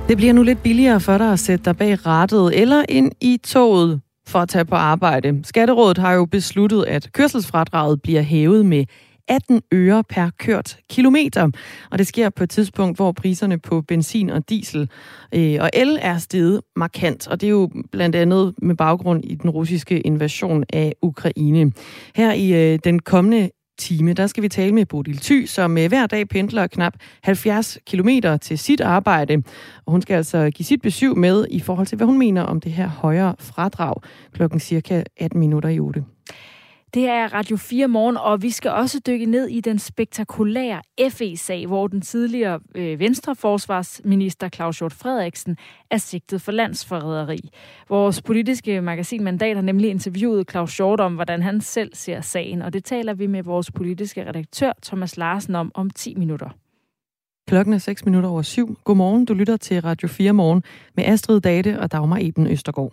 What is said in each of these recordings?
Det bliver nu lidt billigere for dig at sætte dig bag rattet eller ind i toget for at tage på arbejde. Skatterådet har jo besluttet, at kørselsfradraget bliver hævet med 18 øre per kørt kilometer. Og det sker på et tidspunkt, hvor priserne på benzin og diesel og el er steget markant. Og det er jo blandt andet med baggrund i den russiske invasion af Ukraine. Her i den kommende time, der skal vi tale med Bodil Thy, som hver dag pendler knap 70 kilometer til sit arbejde. Og hun skal altså give sit besøg med i forhold til, hvad hun mener om det her højere fradrag klokken cirka 18 minutter i 8. Det er Radio 4 morgen, og vi skal også dykke ned i den spektakulære FE-sag, hvor den tidligere venstreforsvarsminister Claus Hjort Frederiksen er sigtet for landsforræderi. Vores politiske magasin Mandat har nemlig interviewet Claus Hjort om, hvordan han selv ser sagen, og det taler vi med vores politiske redaktør Thomas Larsen om 10 minutter. Klokken er 6 minutter over 7. Godmorgen, du lytter til Radio 4 morgen med Astrid Date og Dagmar Eben Østergaard.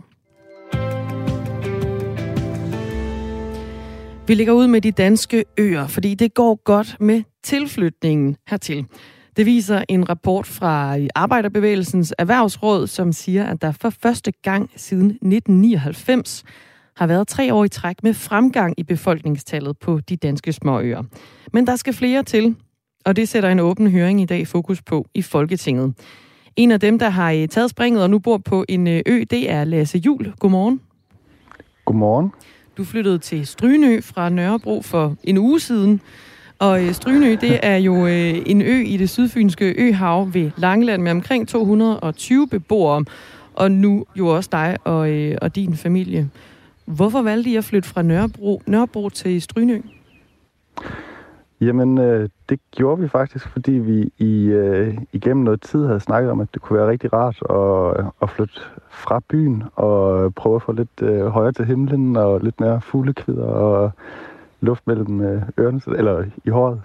Vi ligger ud med de danske øer, fordi det går godt med tilflytningen hertil. Det viser en rapport fra Arbejderbevægelsens Erhvervsråd, som siger, at der for første gang siden 1999 har været 3 år i træk med fremgang i befolkningstallet på de danske småøer. Men der skal flere til, og det sætter en åben høring i dag fokus på i Folketinget. En af dem, der har taget springet og nu bor på en ø, det er Lasse Juhl. Godmorgen. Godmorgen. Du flyttede til Strynø fra Nørrebro for en uge siden. Og Strynø, det er jo en ø i det sydfynske øhav ved Langeland med omkring 220 beboere. Og nu jo også dig og din familie. Hvorfor valgte I at flytte fra Nørrebro til Strynø? Jamen, det gjorde vi faktisk, fordi vi igennem noget tid havde snakket om, at det kunne være rigtig rart at flytte fra byen og prøve at få lidt højere til himlen og lidt mere fuglekvidder og luft mellem ørerne, eller i håret.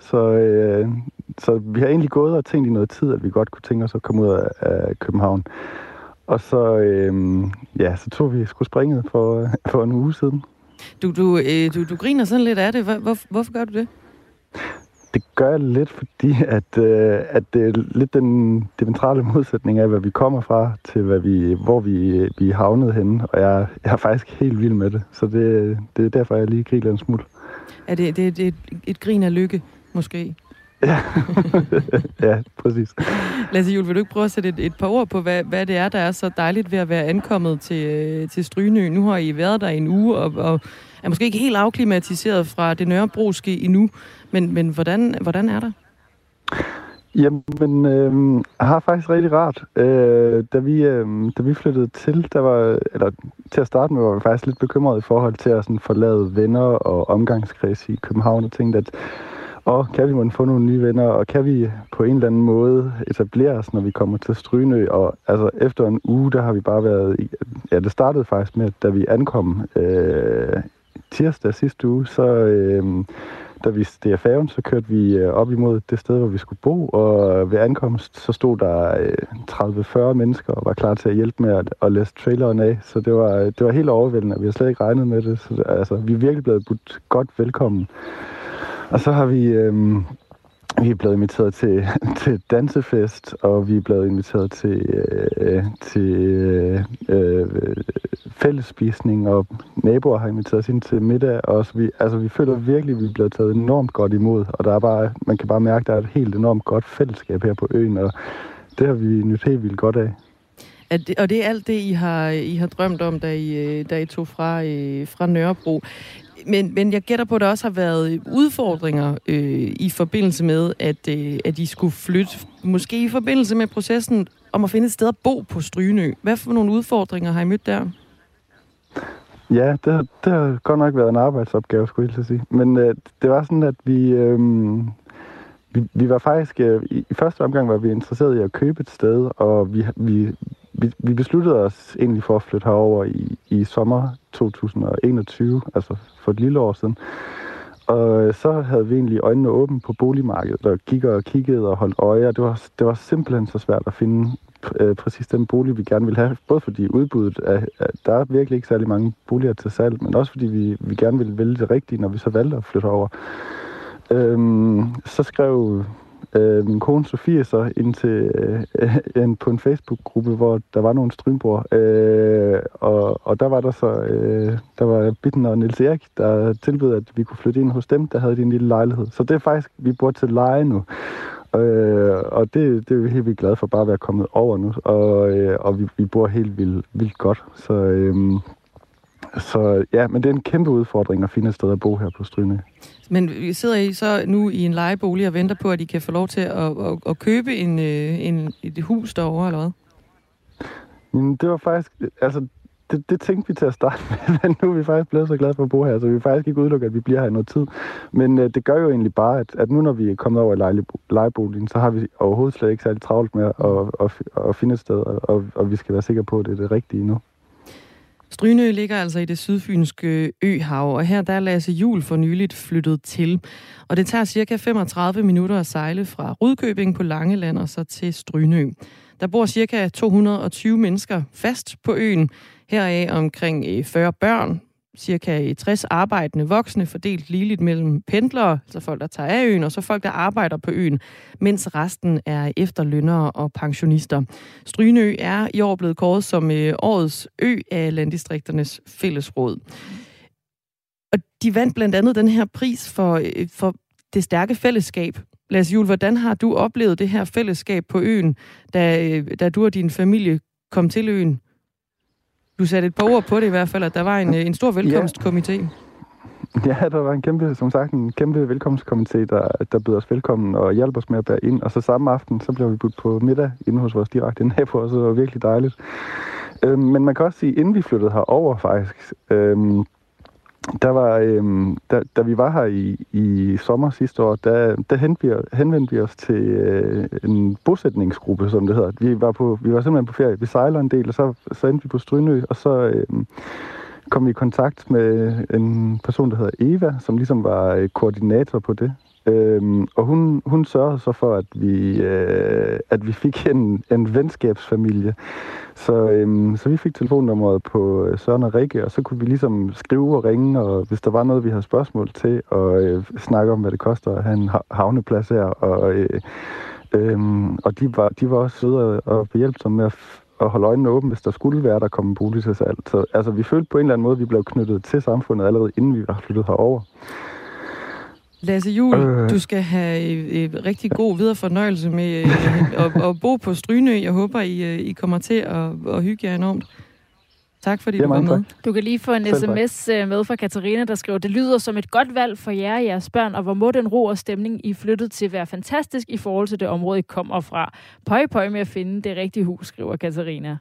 Så vi har egentlig gået og tænkt i noget tid, at vi godt kunne tænke os at komme ud af København. Og så tog vi sgu springet for en uge siden. Du griner sådan lidt af det. Hvorfor gør du det? Det gør jeg lidt, fordi at det er lidt den diametrale modsætning af, hvad vi kommer fra, til hvor vi er havnet henne. Og jeg er faktisk helt vild med det. Så det er derfor, jeg lige griner en smule. Er det et grin af lykke, måske? Ja, ja, præcis. Lasse Juhl, vil du ikke prøve at sætte et par ord på, hvad det er, der er så dejligt ved at være ankommet til Strynø? Nu har I været der en uge, og er måske ikke helt afklimatiseret fra det nørrebroske endnu, men hvordan er der? Jamen, jeg har faktisk rigtig rart. Da vi flyttede til, til at starte med, var vi faktisk lidt bekymrede i forhold til at sådan forlade venner og omgangskreds i København, og tænkte, at kan vi måske få nogle nye venner, og kan vi på en eller anden måde etablere os, når vi kommer til Strynø? Og altså, efter en uge, der har vi bare været... Ja, det startede faktisk med, da vi ankom tirsdag sidste uge, så da vi steg færgen, så kørte vi op imod det sted, hvor vi skulle bo, og ved ankomst, så stod der 30-40 mennesker og var klar til at hjælpe med at læse traileren af, så det var helt overvældende, vi har slet ikke regnet med det, så altså, vi er virkelig blevet budt godt velkommen. Og så har vi er blevet inviteret til dansefest, og vi er blevet inviteret til fællesspisning, og naboer har inviteret os ind til middag. Og vi føler virkelig, at vi er blevet taget enormt godt imod, og man kan bare mærke, at der er et helt enormt godt fællesskab her på øen, og det har vi nydt helt vildt godt af. Og det er alt det, I har drømt om, da I tog fra Nørrebro. Men jeg gætter på, at der også har været udfordringer i forbindelse med, at I skulle flytte. Måske i forbindelse med processen om at finde et sted at bo på Strynø. Hvad for nogle udfordringer har I mødt der? Ja, det har godt nok været en arbejdsopgave, skulle jeg sige. Men det var sådan, at vi var faktisk... I første omgang var vi interesseret i at købe et sted, og vi besluttede os egentlig for at flytte herover i sommer 2021, altså for et lille år siden. Og så havde vi egentlig øjnene åbne på boligmarkedet, og kiggede og holdt øje, og det var simpelthen så svært at finde præcis den bolig, vi gerne ville have. Både fordi udbuddet der er virkelig ikke særlig mange boliger til salg, men også fordi vi gerne ville vælge det rigtige, når vi så valgte at flytte over. Så skrev Min kone Sofie så ind til på en Facebook-gruppe, hvor der var nogle strynbror. Og der var der så, der var Bitten og Niels Erik, der tilbød, at vi kunne flytte ind hos dem, der havde de en lille lejlighed. Så det er faktisk, vi bor til leje nu. Og det er vi helt vildt glade for bare at være kommet over nu. Og vi bor helt vildt godt. Så ja, men det er en kæmpe udfordring at finde et sted at bo her på Strynø. Men sidder I så nu i en lejebolig og venter på, at I kan få lov til at købe et hus derovre, eller hvad? Det var faktisk, altså det tænkte vi til at starte med, men nu er vi faktisk blevet så glade for at bo her, så vi faktisk ikke udelukker, at vi bliver her i noget tid. Men det gør jo egentlig bare, at nu når vi er kommet over i lejeboligen, så har vi overhovedet slet ikke særlig travlt med at finde et sted, og vi skal være sikre på, at det er det rigtige nu. Strynø ligger altså i det sydfynske øhav, og her der er Lasse Juhl for nyligt flyttet til. Og det tager cirka 35 minutter at sejle fra Rudkøbing på Langeland og så til Strynø. Der bor cirka 220 mennesker fast på øen, heraf omkring 40 børn, cirka 60 arbejdende voksne, fordelt ligeligt mellem pendlere, altså folk, der tager af øen, og så folk, der arbejder på øen, mens resten er efterlønnere og pensionister. Strynø er i år blevet kåret som årets ø af Landdistrikternes Fællesråd. Og de vandt blandt andet den her pris for det stærke fællesskab. Lasse Juhl, hvordan har du oplevet det her fællesskab på øen, da du og din familie kom til øen? Du satte et par ord på det i hvert fald, at der var en stor velkomstkomité. Ja, der var en kæmpe velkomstkomité, der bød os velkommen og hjalp os med at bære ind. Og så samme aften, så blev vi budt på middag inde hos vores direkte naboer, så det var virkelig dejligt. Men man kan også sige, inden vi flyttede herover faktisk, da vi var her i sommer sidste år, der henvendte vi os til en bosætningsgruppe, som det hedder. Vi var simpelthen på ferie. Vi sejler en del, og så endte vi på Strynø, og så kom vi i kontakt med en person, der hedder Eva, som ligesom var koordinator på det. Og hun sørgede så for, at vi fik en venskabsfamilie. Så vi fik telefonnummeret på Søren og Rikke, og så kunne vi ligesom skrive og ringe, og hvis der var noget, vi havde spørgsmål til, og snakke om, hvad det koster at have en havneplads her. Og de var også søde og behjælpsomme med at holde øjnene åbne, hvis der skulle være, der kom en bolig til salg. Så altså, vi følte på en eller anden måde, at vi blev knyttet til samfundet allerede inden vi var flyttet herover. Lasse Juhl, du skal have rigtig god videre fornøjelse med at bo på Strynø. Jeg håber, I kommer til at hygge jer enormt. Tak fordi du var med. Du kan lige få en sms med fra Katarina, der skriver, det lyder som et godt valg for jer og jeres børn, og hvor må den ro og stemning, I flyttet til, være fantastisk i forhold til det område, I kommer fra. Pøj med at finde det rigtige hus, skriver Katarina.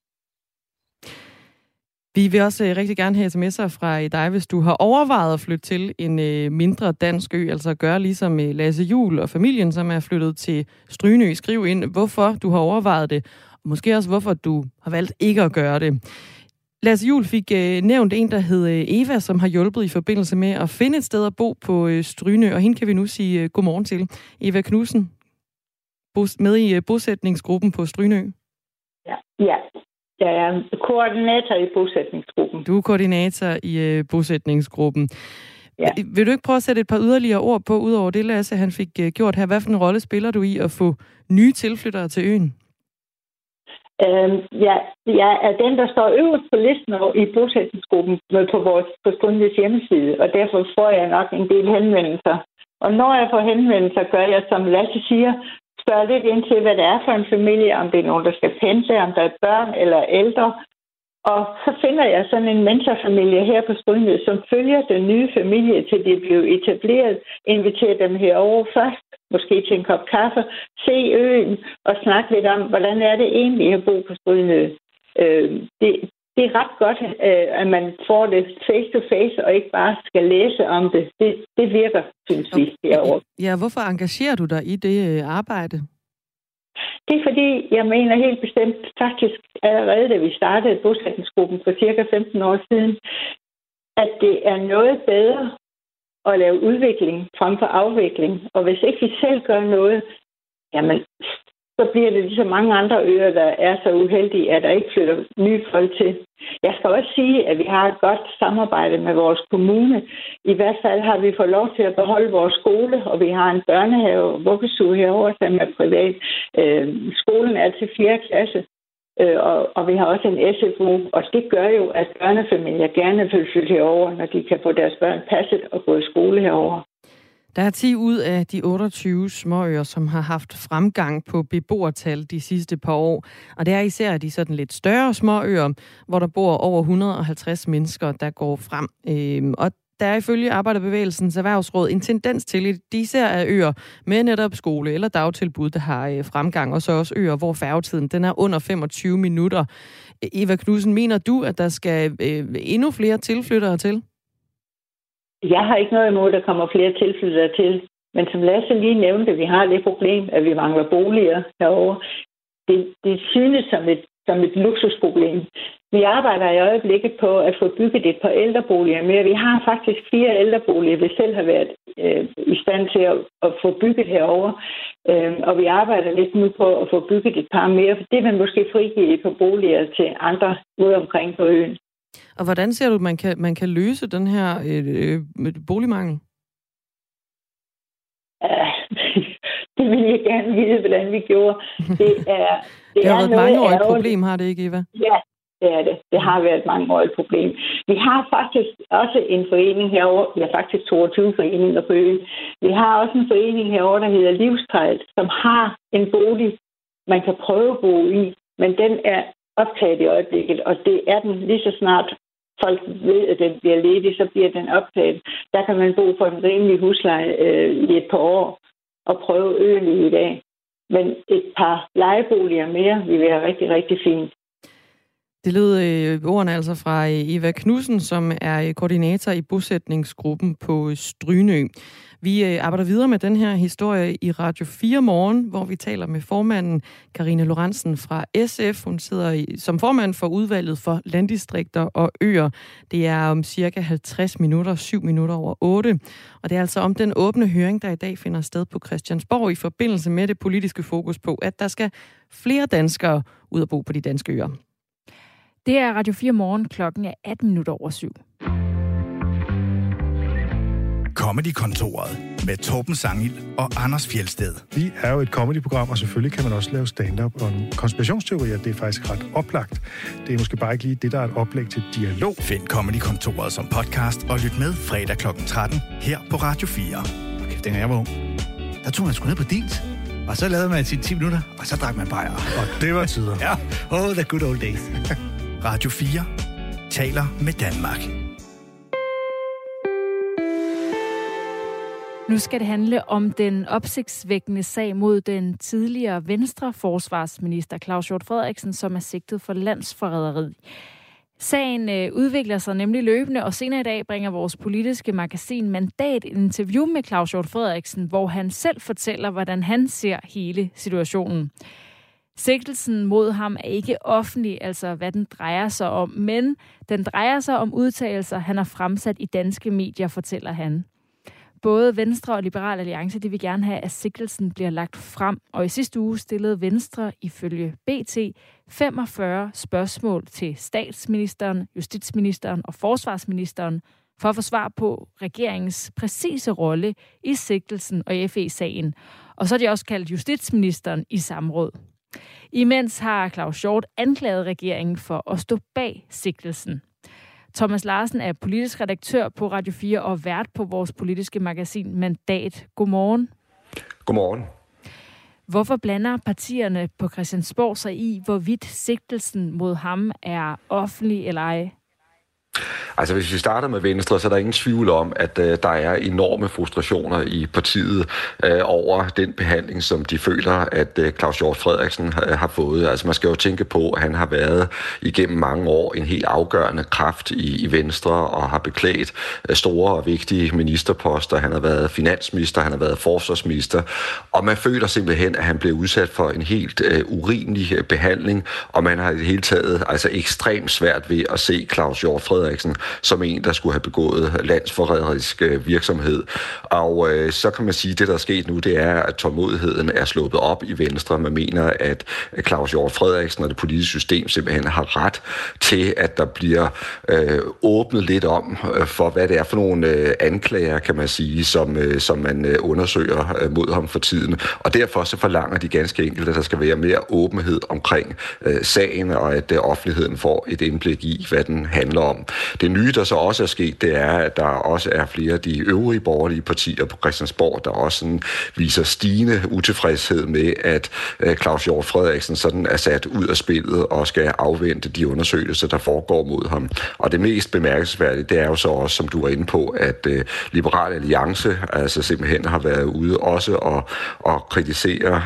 Vi vil også rigtig gerne have sms'er fra dig, hvis du har overvejet at flytte til en mindre dansk ø, altså gøre ligesom Lasse Juhl og familien, som er flyttet til Strynø. Skriv ind, hvorfor du har overvejet det, og måske også, hvorfor du har valgt ikke at gøre det. Lasse Juhl fik nævnt en, der hed Eva, som har hjulpet i forbindelse med at finde et sted at bo på Strynø, og hende kan vi nu sige godmorgen til. Eva Knudsen, med i bosætningsgruppen på Strynø. Ja. Jeg er koordinator i bosætningsgruppen. Du er koordinator i bosætningsgruppen. Ja. Vil du ikke prøve at sætte et par yderligere ord på, udover det, Lasse, han fik gjort her? Hvad for en rolle spiller du i at få nye tilflyttere til øen? Jeg er den, der står øverst på listen i bosætningsgruppen på Strynøs hjemmeside, og derfor får jeg nok en del henvendelser. Og når jeg får henvendelser, gør jeg, som Lasse siger, spørger lidt ind til, hvad det er for en familie, om det er nogen, der skal pendle, om der er børn eller ældre. Og så finder jeg sådan en mentorfamilie her på Strynø, som følger den nye familie, til de blev etableret, inviterer dem herover først, måske til en kop kaffe, se øen og snakke lidt om, hvordan er det egentlig at bo på Strynø. Det er ret godt, at man får det face to face og ikke bare skal læse om det. Det virker, synes vi, herovre. Ja, hvorfor engagerer du dig i det arbejde? Det er fordi, jeg mener helt bestemt, faktisk allerede da vi startede bosætningsgruppen for cirka 15 år siden, at det er noget bedre at lave udvikling frem for afvikling. Og hvis ikke vi selv gør noget, jamen, så bliver det ligesom mange andre øer, der er så uheldige, at der ikke flytter nye folk til. Jeg skal også sige, at vi har et godt samarbejde med vores kommune. I hvert fald har vi fået lov til at beholde vores skole, og vi har en børnehave, vuggestue herovre, som er privat. Skolen er til 4. klasse, og vi har også en SFO, og det gør jo, at børnefamilier gerne vil flytte herover, når de kan få deres børn passet og gå i skole herover. Der er 10 ud af de 28 småøer, som har haft fremgang på beboertal de sidste par år. Og det er især de sådan lidt større småøer, hvor der bor over 150 mennesker, der går frem. Og der er ifølge Arbejderbevægelsens Erhvervsråd en tendens til, at de især er øer med netop skole eller dagtilbud, der har fremgang, og så også øer, hvor færgetiden den er under 25 minutter. Eva Knudsen, mener du, at der skal endnu flere tilflyttere til? Jeg har ikke noget imod, at der kommer flere tilflyttere til. Men som Lasse lige nævnte, vi har det problem, at vi mangler boliger herovre. Det synes som et luksusproblem. Vi arbejder i øjeblikket på at få bygget et par ældreboliger mere. Vi har faktisk 4 ældreboliger, vi selv har været i stand til at få bygget herovre. Og vi arbejder lidt nu på at få bygget et par mere, for det vil måske frigive et par boliger til andre ude omkring på øen. Og hvordan ser du, at man kan løse den her boligmangel? Det vil jeg gerne vide, hvordan vi gjorde. Det har været et mangeårigt problem, har det ikke, Eva? Ja, det er det. Det har været et mangeårigt problem. Vi har faktisk også en forening herovre. Vi har faktisk 22 foreninger på øen. Vi har også en forening herovre, der hedder Livstrælt, som har en bolig, man kan prøve at bo i, men den er optaget i øjeblikket, og det er den lige så snart folk ved, at den bliver ledig, så bliver den optaget. Der kan man bo for en rimelig husleje i et par år og prøve øen i dag. Men et par lejeboliger mere vil være rigtig, rigtig fint. Det lød ordene altså fra Eva Knudsen, som er koordinator i bosætningsgruppen på Strynø. Vi arbejder videre med den her historie i Radio 4 Morgen, hvor vi taler med formanden Karine Lorentzen fra SF. Hun sidder som formand for udvalget for landdistrikter og øer. Det er om cirka 50 minutter, 7 minutter over 8. Og det er altså om den åbne høring, der i dag finder sted på Christiansborg i forbindelse med det politiske fokus på, at der skal flere danskere ud at bo på de danske øer. Det er Radio 4 Morgen, klokken er 18 minutter over 7. Comedy-kontoret med Torben Sangil og Anders Fjeldsted. Vi er jo et comedy-program, og selvfølgelig kan man også lave stand-up om konspirationsteorier. Det er faktisk ret oplagt. Det er måske bare ikke lige det, der er et oplæg til dialog. Find Comedy-kontoret som podcast og lyt med fredag kl. 13 her på Radio 4. Okay, dengang jeg var ung, der tog man sgu ned på dins. Og så lavede man sine 10 minutter, og så drak man bajer. Og det var tider. Ja, the good old days. Radio 4 taler med Danmark. Nu skal det handle om den opsigtsvækkende sag mod den tidligere Venstre-forsvarsminister Claus Hjort Frederiksen, som er sigtet for landsforræderi. Sagen udvikler sig nemlig løbende, og senere i dag bringer vores politiske magasin Mandat et interview med Claus Hjort Frederiksen, hvor han selv fortæller, hvordan han ser hele situationen. Sigtelsen mod ham er ikke offentlig, altså hvad den drejer sig om, men den drejer sig om udtalelser, han har fremsat i danske medier, fortæller han. Både Venstre og Liberal Alliance, de vil gerne have, at sigtelsen bliver lagt frem, og i sidste uge stillede Venstre ifølge BT 45 spørgsmål til statsministeren, justitsministeren og forsvarsministeren for at få svar på regeringens præcise rolle i sigtelsen og FE-sagen. Og så er de også kaldt justitsministeren i samråd. Imens har Claus Hjort anklaget regeringen for at stå bag sigtelsen. Thomas Larsen er politisk redaktør på Radio 4 og vært på vores politiske magasin Mandat. Godmorgen. Godmorgen. Hvorfor blander partierne på Christiansborg sig i, hvorvidt sigtelsen mod ham er offentlig eller ej? Altså, hvis vi starter med Venstre, så er der ingen tvivl om, at der er enorme frustrationer i partiet over den behandling, som de føler, at Claus Hjort Frederiksen har fået. Altså, man skal jo tænke på, at han har været igennem mange år en helt afgørende kraft i Venstre og har beklædt store og vigtige ministerposter. Han har været finansminister, han har været forsvarsminister, og man føler simpelthen, at han bliver udsat for en helt urimelig behandling, og man har i det hele taget altså ekstremt svært ved at se Claus Hjort Frederiksen som en, der skulle have begået landsforræderisk virksomhed. Og så kan man sige, at det, der er sket nu, det er, at tålmodigheden er sluppet op i Venstre. Man mener, at Claus Hjort Frederiksen og det politiske system simpelthen har ret til, at der bliver åbnet lidt om for, hvad det er for nogle anklager, kan man sige, som man undersøger mod ham for tiden. Og derfor så forlanger de ganske enkelt, at der skal være mere åbenhed omkring sagen, og at offentligheden får et indblik i, hvad den handler om. Det nye, der så også er sket, det er, at der også er flere af de øvrige borgerlige partier på Christiansborg, der også sådan viser stigende utilfredshed med, at Claus Hjort Frederiksen sådan er sat ud af spillet og skal afvente de undersøgelser, der foregår mod ham. Og det mest bemærkelsesværdige, det er jo så også, som du var inde på, at Liberal Alliance altså simpelthen har været ude også og kritisere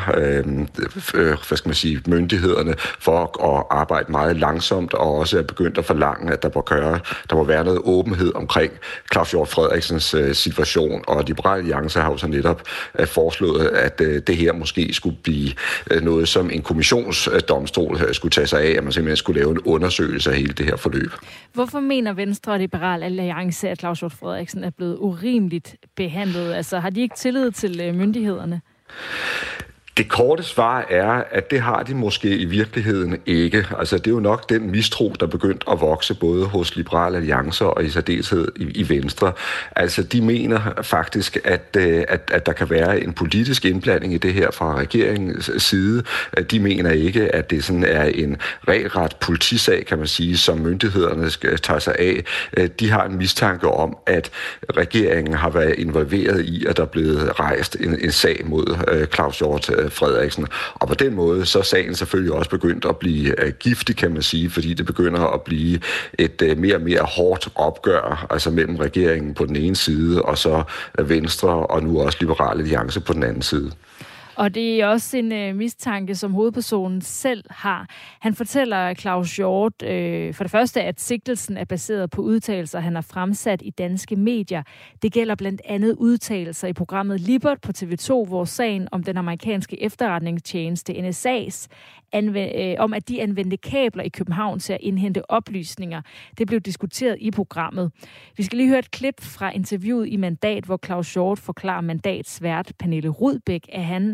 myndighederne for at arbejde meget langsomt, og også er begyndt at forlange, at der må være noget åbenhed omkring Claus Hjort Frederiksens situation, og Liberal Alliance har jo så netop foreslået, at det her måske skulle blive noget, som en kommissionsdomstol skulle tage sig af, at man simpelthen skulle lave en undersøgelse af hele det her forløb. Hvorfor mener Venstre og Liberal Alliance, at Claus Hjort Frederiksen er blevet urimeligt behandlet? Altså, har de ikke tillid til myndighederne? Det korte svar er, at det har de måske i virkeligheden ikke. Altså, det er jo nok den mistro, der er begyndt at vokse både hos Liberal Alliance og i særdeleshed i Venstre. Altså, de mener faktisk, at der kan være en politisk indblanding i det her fra regeringens side. De mener ikke, at det sådan er en regelret politisag, kan man sige, som myndighederne skal tage sig af. De har en mistanke om, at regeringen har været involveret i, at der er blevet rejst en sag mod Claus Hjort Frederiksen. Og på den måde, så er sagen selvfølgelig også begyndt at blive giftig, kan man sige, fordi det begynder at blive et mere og mere hårdt opgør, altså mellem regeringen på den ene side, og så Venstre, og nu også Liberal Alliance på den anden side. Og det er også en mistanke, som hovedpersonen selv har. Han fortæller Claus Hjort for det første, at sigtelsen er baseret på udtalelser, han har fremsat i danske medier. Det gælder blandt andet udtalelser i programmet Libert på TV2, hvor sagen om den amerikanske efterretningstjeneste NSA's om, at de anvendte kabler i København til at indhente oplysninger. Det blev diskuteret i programmet. Vi skal lige høre et klip fra interviewet i Mandat, hvor Claus Hjort forklarer Mandats vært Pernille Rudbæk, at han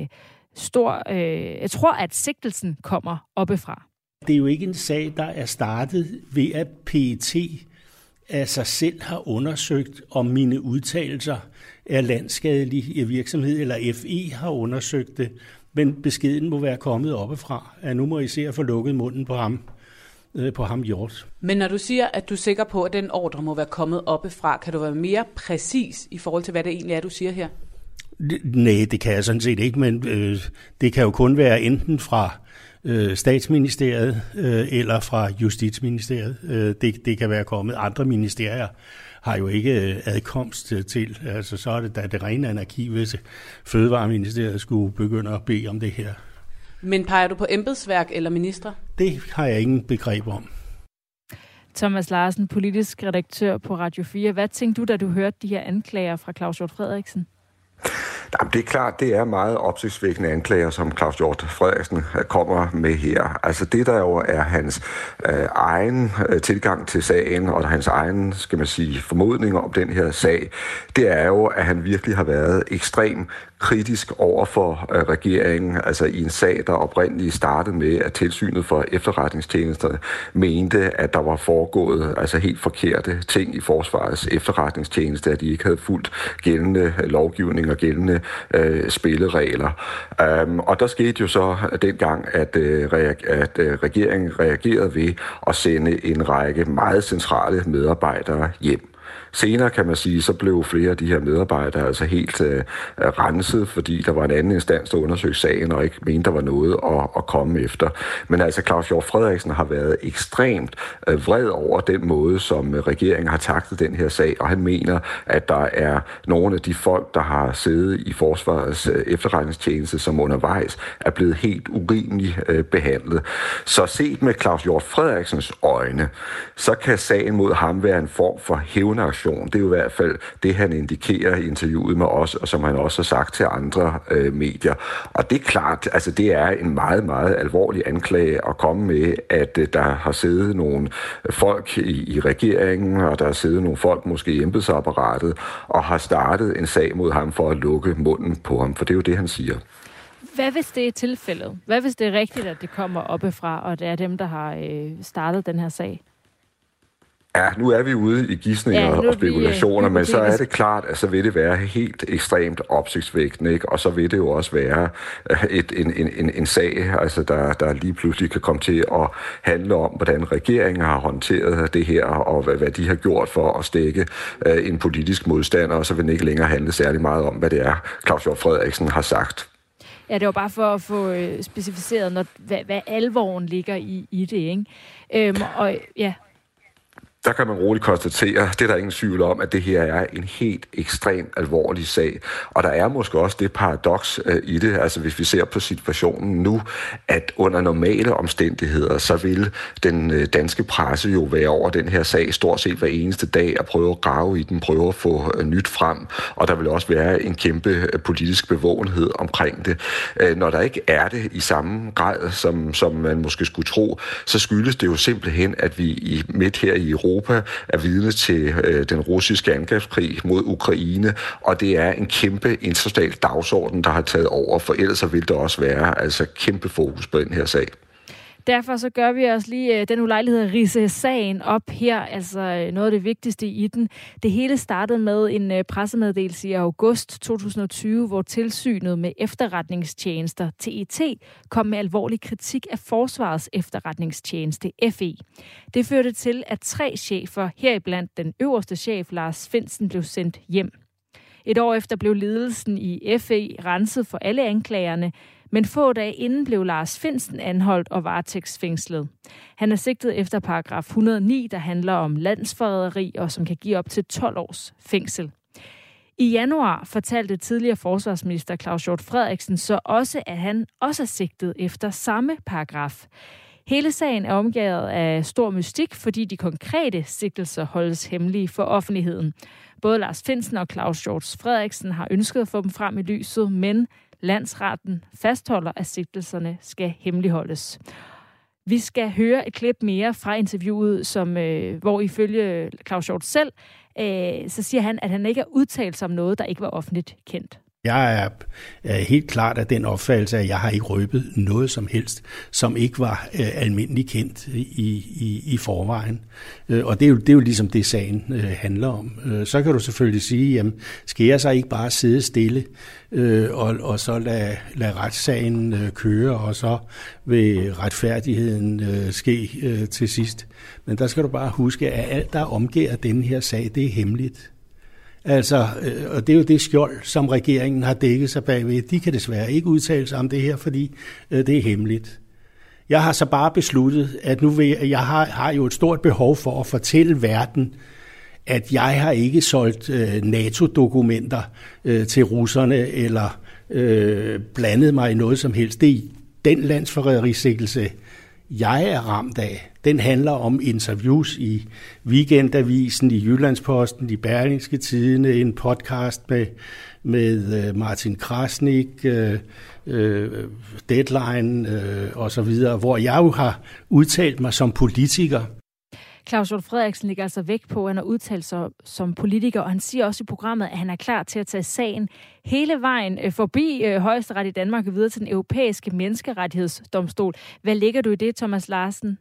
jeg tror, at sigtelsen kommer oppefra. Det er jo ikke en sag, der er startet ved, at PET af sig selv har undersøgt, om mine udtalelser er landsskadelige virksomhed, eller FE har undersøgt det. Men beskeden må være kommet oppefra, at nu må I se at få lukket munden på ham Hjort. Men når du siger, at du er sikker på, at den ordre må være kommet oppefra, kan du være mere præcis i forhold til, hvad det egentlig er, du siger her? Nej, det kan jeg sådan set ikke, men det kan jo kun være enten fra Statsministeriet eller fra Justitsministeriet. Det kan være kommet. Andre ministerier har jo ikke adkomst til. Altså så er det da det rene anarki, hvis Fødevareministeriet skulle begynde at bede om det her. Men peger du på embedsværk eller minister? Det har jeg ingen begreb om. Thomas Larsen, politisk redaktør på Radio 4. Hvad tænkte du, da du hørte de her anklager fra Claus Hjort Frederiksen? Jamen, det er klart, det er meget opsigtsvækkende anklager, som Claus Hjort Frederiksen kommer med her. Altså det, der jo er hans egen tilgang til sagen, og hans egen, skal man sige, formodninger om den her sag, det er jo, at han virkelig har været ekstremt kritisk over for regeringen, altså i en sag, der oprindeligt startede med, at Tilsynet for Efterretningstjenesterne mente, at der var foregået altså helt forkerte ting i Forsvarets Efterretningstjeneste, at de ikke havde fulgt gældende lovgivning og gældende spilleregler. Og der skete jo så dengang, at regeringen reagerede ved at sende en række meget centrale medarbejdere hjem. Senere, kan man sige, så blev flere af de her medarbejdere altså helt renset, fordi der var en anden instans, der undersøgte sagen, og ikke mente, der var noget at komme efter. Men altså, Claus Hjort Frederiksen har været ekstremt vred over den måde, som regeringen har taklet den her sag, og han mener, at der er nogle af de folk, der har siddet i Forsvarets Efterretningstjeneste, som undervejs er blevet helt urimeligt behandlet. Så set med Claus Hjort Frederiksens øjne, så kan sagen mod ham være en form for hævn hævneaktion. Det er jo i hvert fald det, han indikerer i interviewet med os, og som han også har sagt til andre medier. Og det er klart, altså det er en meget, meget alvorlig anklage at komme med, at der har siddet nogle folk i regeringen, og der har siddet nogle folk måske i embedsapparatet, og har startet en sag mod ham for at lukke munden på ham, for det er jo det, han siger. Hvad hvis det er tilfældet? Hvad hvis det er rigtigt, at det kommer oppefra, og det er dem, der har startet den her sag? Ja, nu er vi ude i gidsninger og spekulationer, men så er det klart, at så vil det være helt ekstremt opsigtsvækkende, ikke? Og så vil det jo også være en sag, altså der lige pludselig kan komme til at handle om, hvordan regeringen har håndteret det her, og hvad de har gjort for at stække en politisk modstander, og så vil det ikke længere handle særlig meget om, hvad det er, Claus Hjort Frederiksen har sagt. Ja, det var bare for at få specificeret, hvad alvoren ligger i det, ikke? Og ja... Der kan man roligt konstatere, det er der ingen tvivl om, at det her er en helt ekstremt alvorlig sag. Og der er måske også det paradoks i det, altså hvis vi ser på situationen nu, at under normale omstændigheder, så vil den danske presse jo være over den her sag stort set hver eneste dag og prøve at grave i den, prøve at få nyt frem. Og der vil også være en kæmpe politisk bevågenhed omkring det. Når der ikke er det i samme grad, som man måske skulle tro, så skyldes det jo simpelthen, at vi midt her i Europa er vidne til den russiske angrebskrig mod Ukraine, og det er en kæmpe international dagsorden, der har taget over, for ellers vil der også være altså kæmpe fokus på den her sag. Derfor så gør vi os lige den ulejlighed at ridse sagen op her, altså noget af det vigtigste i den. Det hele startede med en pressemeddelelse i august 2020, hvor tilsynet med efterretningstjenester, TET, kom med alvorlig kritik af Forsvarets efterretningstjeneste, FE. Det førte til, at 3 chefer, heriblandt den øverste chef, Lars Findsen, blev sendt hjem. Et år efter blev ledelsen i FE renset for alle anklagerne, men få dage inden blev Lars Findsen anholdt og varetægtsfængslet. Han er sigtet efter paragraf 109, der handler om landsforræderi og som kan give op til 12 års fængsel. I januar fortalte tidligere forsvarsminister Claus Hjort Frederiksen så også, at han også er sigtet efter samme paragraf. Hele sagen er omgivet af stor mystik, fordi de konkrete sigtelser holdes hemmelige for offentligheden. Både Lars Findsen og Claus Hjort Frederiksen har ønsket at få dem frem i lyset, men landsretten fastholder, at sigtelserne skal hemmeligholdes. Vi skal høre et klip mere fra interviewet, hvor ifølge Claus Hjort selv, så siger han, at han ikke har udtalt sig om noget, der ikke var offentligt kendt. Jeg er helt klart af den opfattelse, at jeg har ikke røbet noget som helst, som ikke var almindeligt kendt i forvejen. Og det er jo ligesom det, sagen handler om. Så kan du selvfølgelig sige, jamen, skal jeg så ikke bare sidde stille og så lade retssagen køre, og så vil retfærdigheden ske til sidst. Men der skal du bare huske, at alt, der omgiver denne her sag, det er hemmeligt. Altså, og det er jo det skjold, som regeringen har dækket sig bagved. De kan desværre ikke udtale sig om det her, fordi det er hemmeligt. Jeg har så bare besluttet, at jeg har jo et stort behov for at fortælle verden, at jeg har ikke solgt NATO-dokumenter til russerne, eller blandet mig i noget som helst. Det er den landsforræderisigtelse, jeg er ramt af. Den handler om interviews i Weekendavisen, i Jyllandsposten, i Berlingske Tidende, en podcast med Martin Krasnik, Deadline og så videre, hvor jeg jo har udtalt mig som politiker. Claus Hjort Frederiksen ligger altså vægt på, at han har udtalt sig som politiker, og han siger også i programmet, at han er klar til at tage sagen hele vejen forbi Højesteret i Danmark og videre til den europæiske menneskerettighedsdomstol. Hvad ligger du i det, Thomas Larsen?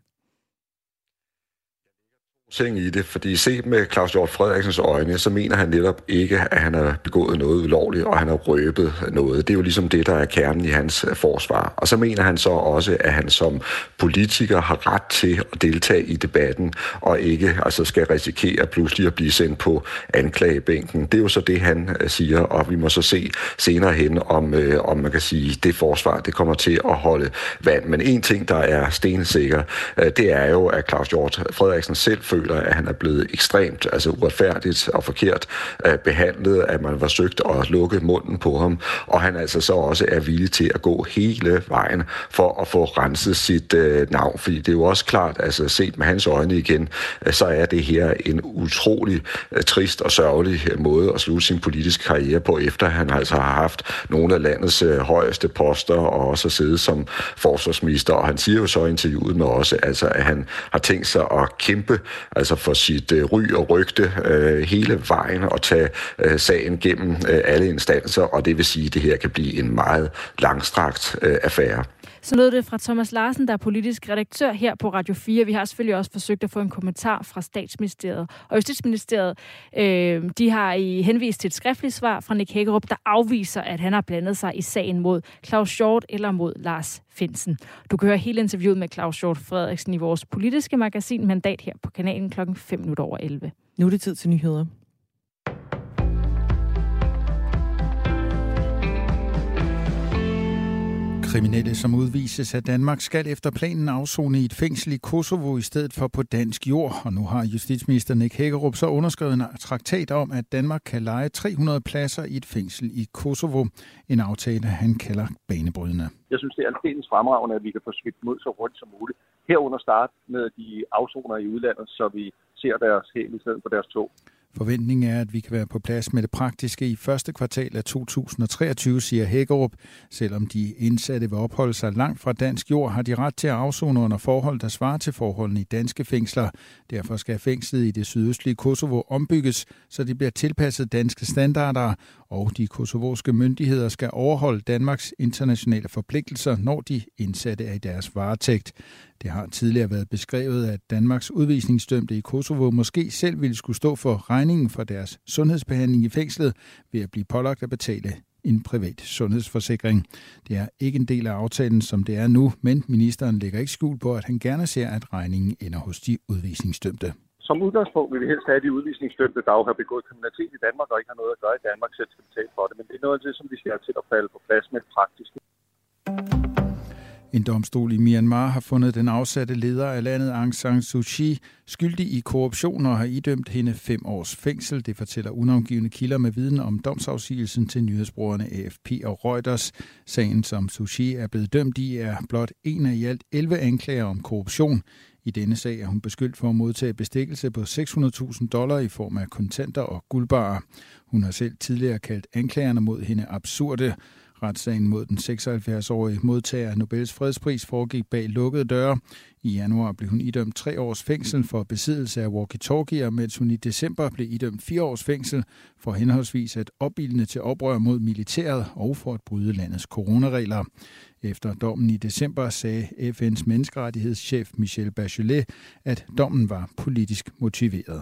Ting i det, fordi set med Claus Hjort Frederiksens øjne, så mener han netop ikke, at han har begået noget ulovligt, og han har røbet noget. Det er jo ligesom det, der er kernen i hans forsvar. Og så mener han så også, at han som politiker har ret til at deltage i debatten, og ikke altså skal risikere pludselig at blive sendt på anklagebænken. Det er jo så det, han siger, og vi må så se senere hen, om man kan sige, det forsvar, det kommer til at holde vand. Men en ting, der er stensikker, det er jo, at Claus Hjort Frederiksen selv føler, at han er blevet ekstremt uretfærdigt og forkert behandlet, at man var søgt at lukke munden på ham, og han altså så også er villig til at gå hele vejen for at få renset sit navn, fordi det er jo også klart, set med hans øjne igen, så er det her en utrolig trist og sørgelig måde at slutte sin politiske karriere på, efter han altså har haft nogle af landets højeste poster og også siddet som forsvarsminister, og han siger jo så i interviewet med også, at han har tænkt sig at kæmpe for sit ry og rygte hele vejen og tage sagen gennem alle instanser, og det vil sige, at det her kan blive en meget langstrakt affære. Så lød det fra Thomas Larsen, der er politisk redaktør her på Radio 4. Vi har selvfølgelig også forsøgt at få en kommentar fra Statsministeriet og Justitsministeriet. De har henvist til et skriftligt svar fra Nick Hækkerup, der afviser, at han har blandet sig i sagen mod Claus Hjort eller mod Lars Findsen. Du kan høre hele interviewet med Claus Hjort Frederiksen i vores politiske magasin Mandat her på kanalen 11:05. Nu er det tid til nyheder. Kriminelle, som udvises af Danmark, skal efter planen afsone i et fængsel i Kosovo i stedet for på dansk jord. Og nu har justitsminister Nick Hækkerup så underskrevet en traktat om, at Danmark kan leje 300 pladser i et fængsel i Kosovo. En aftale, han kalder banebrydende. Jeg synes, det er aldeles fremragende, at vi kan få smidt dem ud så hurtigt som muligt. Herunder starte med de afsoner i udlandet, så vi ser deres hæl i stedet for deres tog. Forventningen er, at vi kan være på plads med det praktiske i første kvartal af 2023, siger Hækkerup. Selvom de indsatte vil opholde sig langt fra dansk jord, har de ret til at afsone under forhold, der svarer til forholdene i danske fængsler. Derfor skal fængslet i det sydøstlige Kosovo ombygges, så det bliver tilpasset danske standarder, og de kosovoske myndigheder skal overholde Danmarks internationale forpligtelser, når de indsatte er i deres varetægt. Det har tidligere været beskrevet, at Danmarks udvisningsdømte i Kosovo måske selv ville skulle stå for regningen for deres sundhedsbehandling i fængslet ved at blive pålagt at betale en privat sundhedsforsikring. Det er ikke en del af aftalen, som det er nu, men ministeren lægger ikke skjul på, at han gerne ser, at regningen ender hos de udvisningsdømte. Som udgangspunkt vil vi helst have de udvisningsdømte, der har begået kriminalitet i Danmark og ikke har noget at gøre i Danmark, selv skal betale for det. Men det er noget af det, som vi skal have til at falde på plads med det praktiske. En domstol i Myanmar har fundet den afsatte leder af landet Aung San Suu Kyi skyldig i korruption og har idømt hende 5 års fængsel. Det fortæller unavngivne kilder med viden om domsafsigelsen til nyhedsbrugerne AFP og Reuters. Sagen, som Suu Kyi er blevet dømt i, er blot en af i alt 11 anklager om korruption. I denne sag er hun beskyldt for at modtage bestikkelse på $600,000 i form af kontanter og guldbarer. Hun har selv tidligere kaldt anklagerne mod hende absurde. Retssagen mod den 76-årige modtager af Nobels fredspris foregik bag lukkede døre. I januar blev hun idømt 3 års fængsel for besiddelse af walkie-talkier, mens hun i december blev idømt 4 års fængsel for henholdsvis at opildne til oprør mod militæret og for at bryde landets coronaregler. Efter dommen i december sagde FN's menneskerettighedschef Michelle Bachelet, at dommen var politisk motiveret.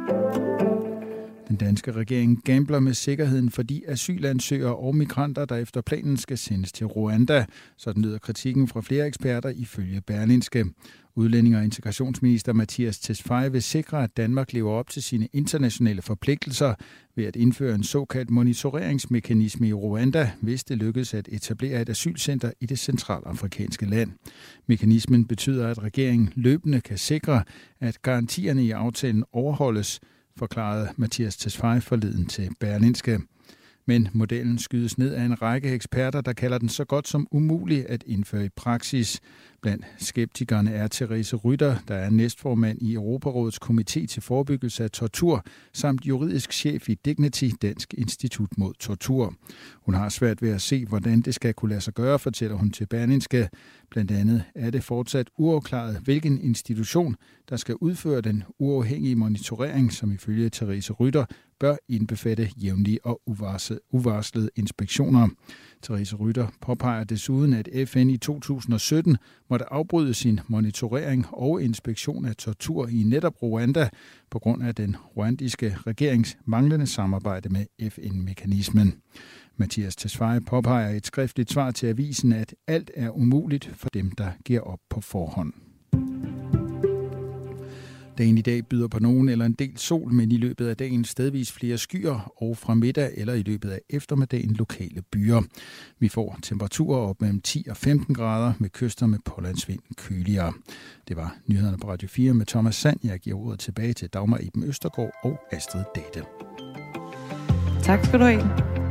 Den danske regering gambler med sikkerheden for de asylansøgere og migranter, der efter planen skal sendes til Rwanda. Sådan lyder kritikken fra flere eksperter ifølge Berlingske. Udlænding- og integrationsminister Mattias Tesfaye vil sikre, at Danmark lever op til sine internationale forpligtelser ved at indføre en såkaldt monitoreringsmekanisme i Rwanda, hvis det lykkes at etablere et asylcenter i det centralafrikanske land. Mekanismen betyder, at regeringen løbende kan sikre, at garantierne i aftalen overholdes, forklarede Mattias Tesfaye forleden til Berlingske. Men modellen skydes ned af en række eksperter, der kalder den så godt som umulig at indføre i praksis. Blandt skeptikerne er Therese Rytter, der er næstformand i Europarådets komité til forebyggelse af tortur, samt juridisk chef i Dignity, Dansk Institut mod Tortur. Hun har svært ved at se, hvordan det skal kunne lade sig gøre, fortæller hun til Berlingske. Blandt andet er det fortsat uafklaret, hvilken institution, der skal udføre den uafhængige monitorering, som ifølge Therese Rytter bør indbefatte jævnlige og uvarslede inspektioner. Therese Rytter påpeger desuden, at FN i 2017 måtte afbryde sin monitorering og inspektion af tortur i netop Rwanda på grund af den rwandiske regerings manglende samarbejde med FN-mekanismen. Mattias Tesfaye påpeger i et skriftligt svar til avisen, at alt er umuligt for dem, der giver op på forhånd. Dagen i dag byder på nogen eller en del sol, men i løbet af dagen stedvis flere skyer, og fra middag eller i løbet af eftermiddagen lokale byer. Vi får temperaturer op mellem 10 og 15 grader med kyster med pålandsvind køligere. Det var nyhederne på Radio 4 med Thomas Sand. Jeg giver ordet tilbage til Dagmar Iben Østergaard og Astrid Date. Tak skal du have.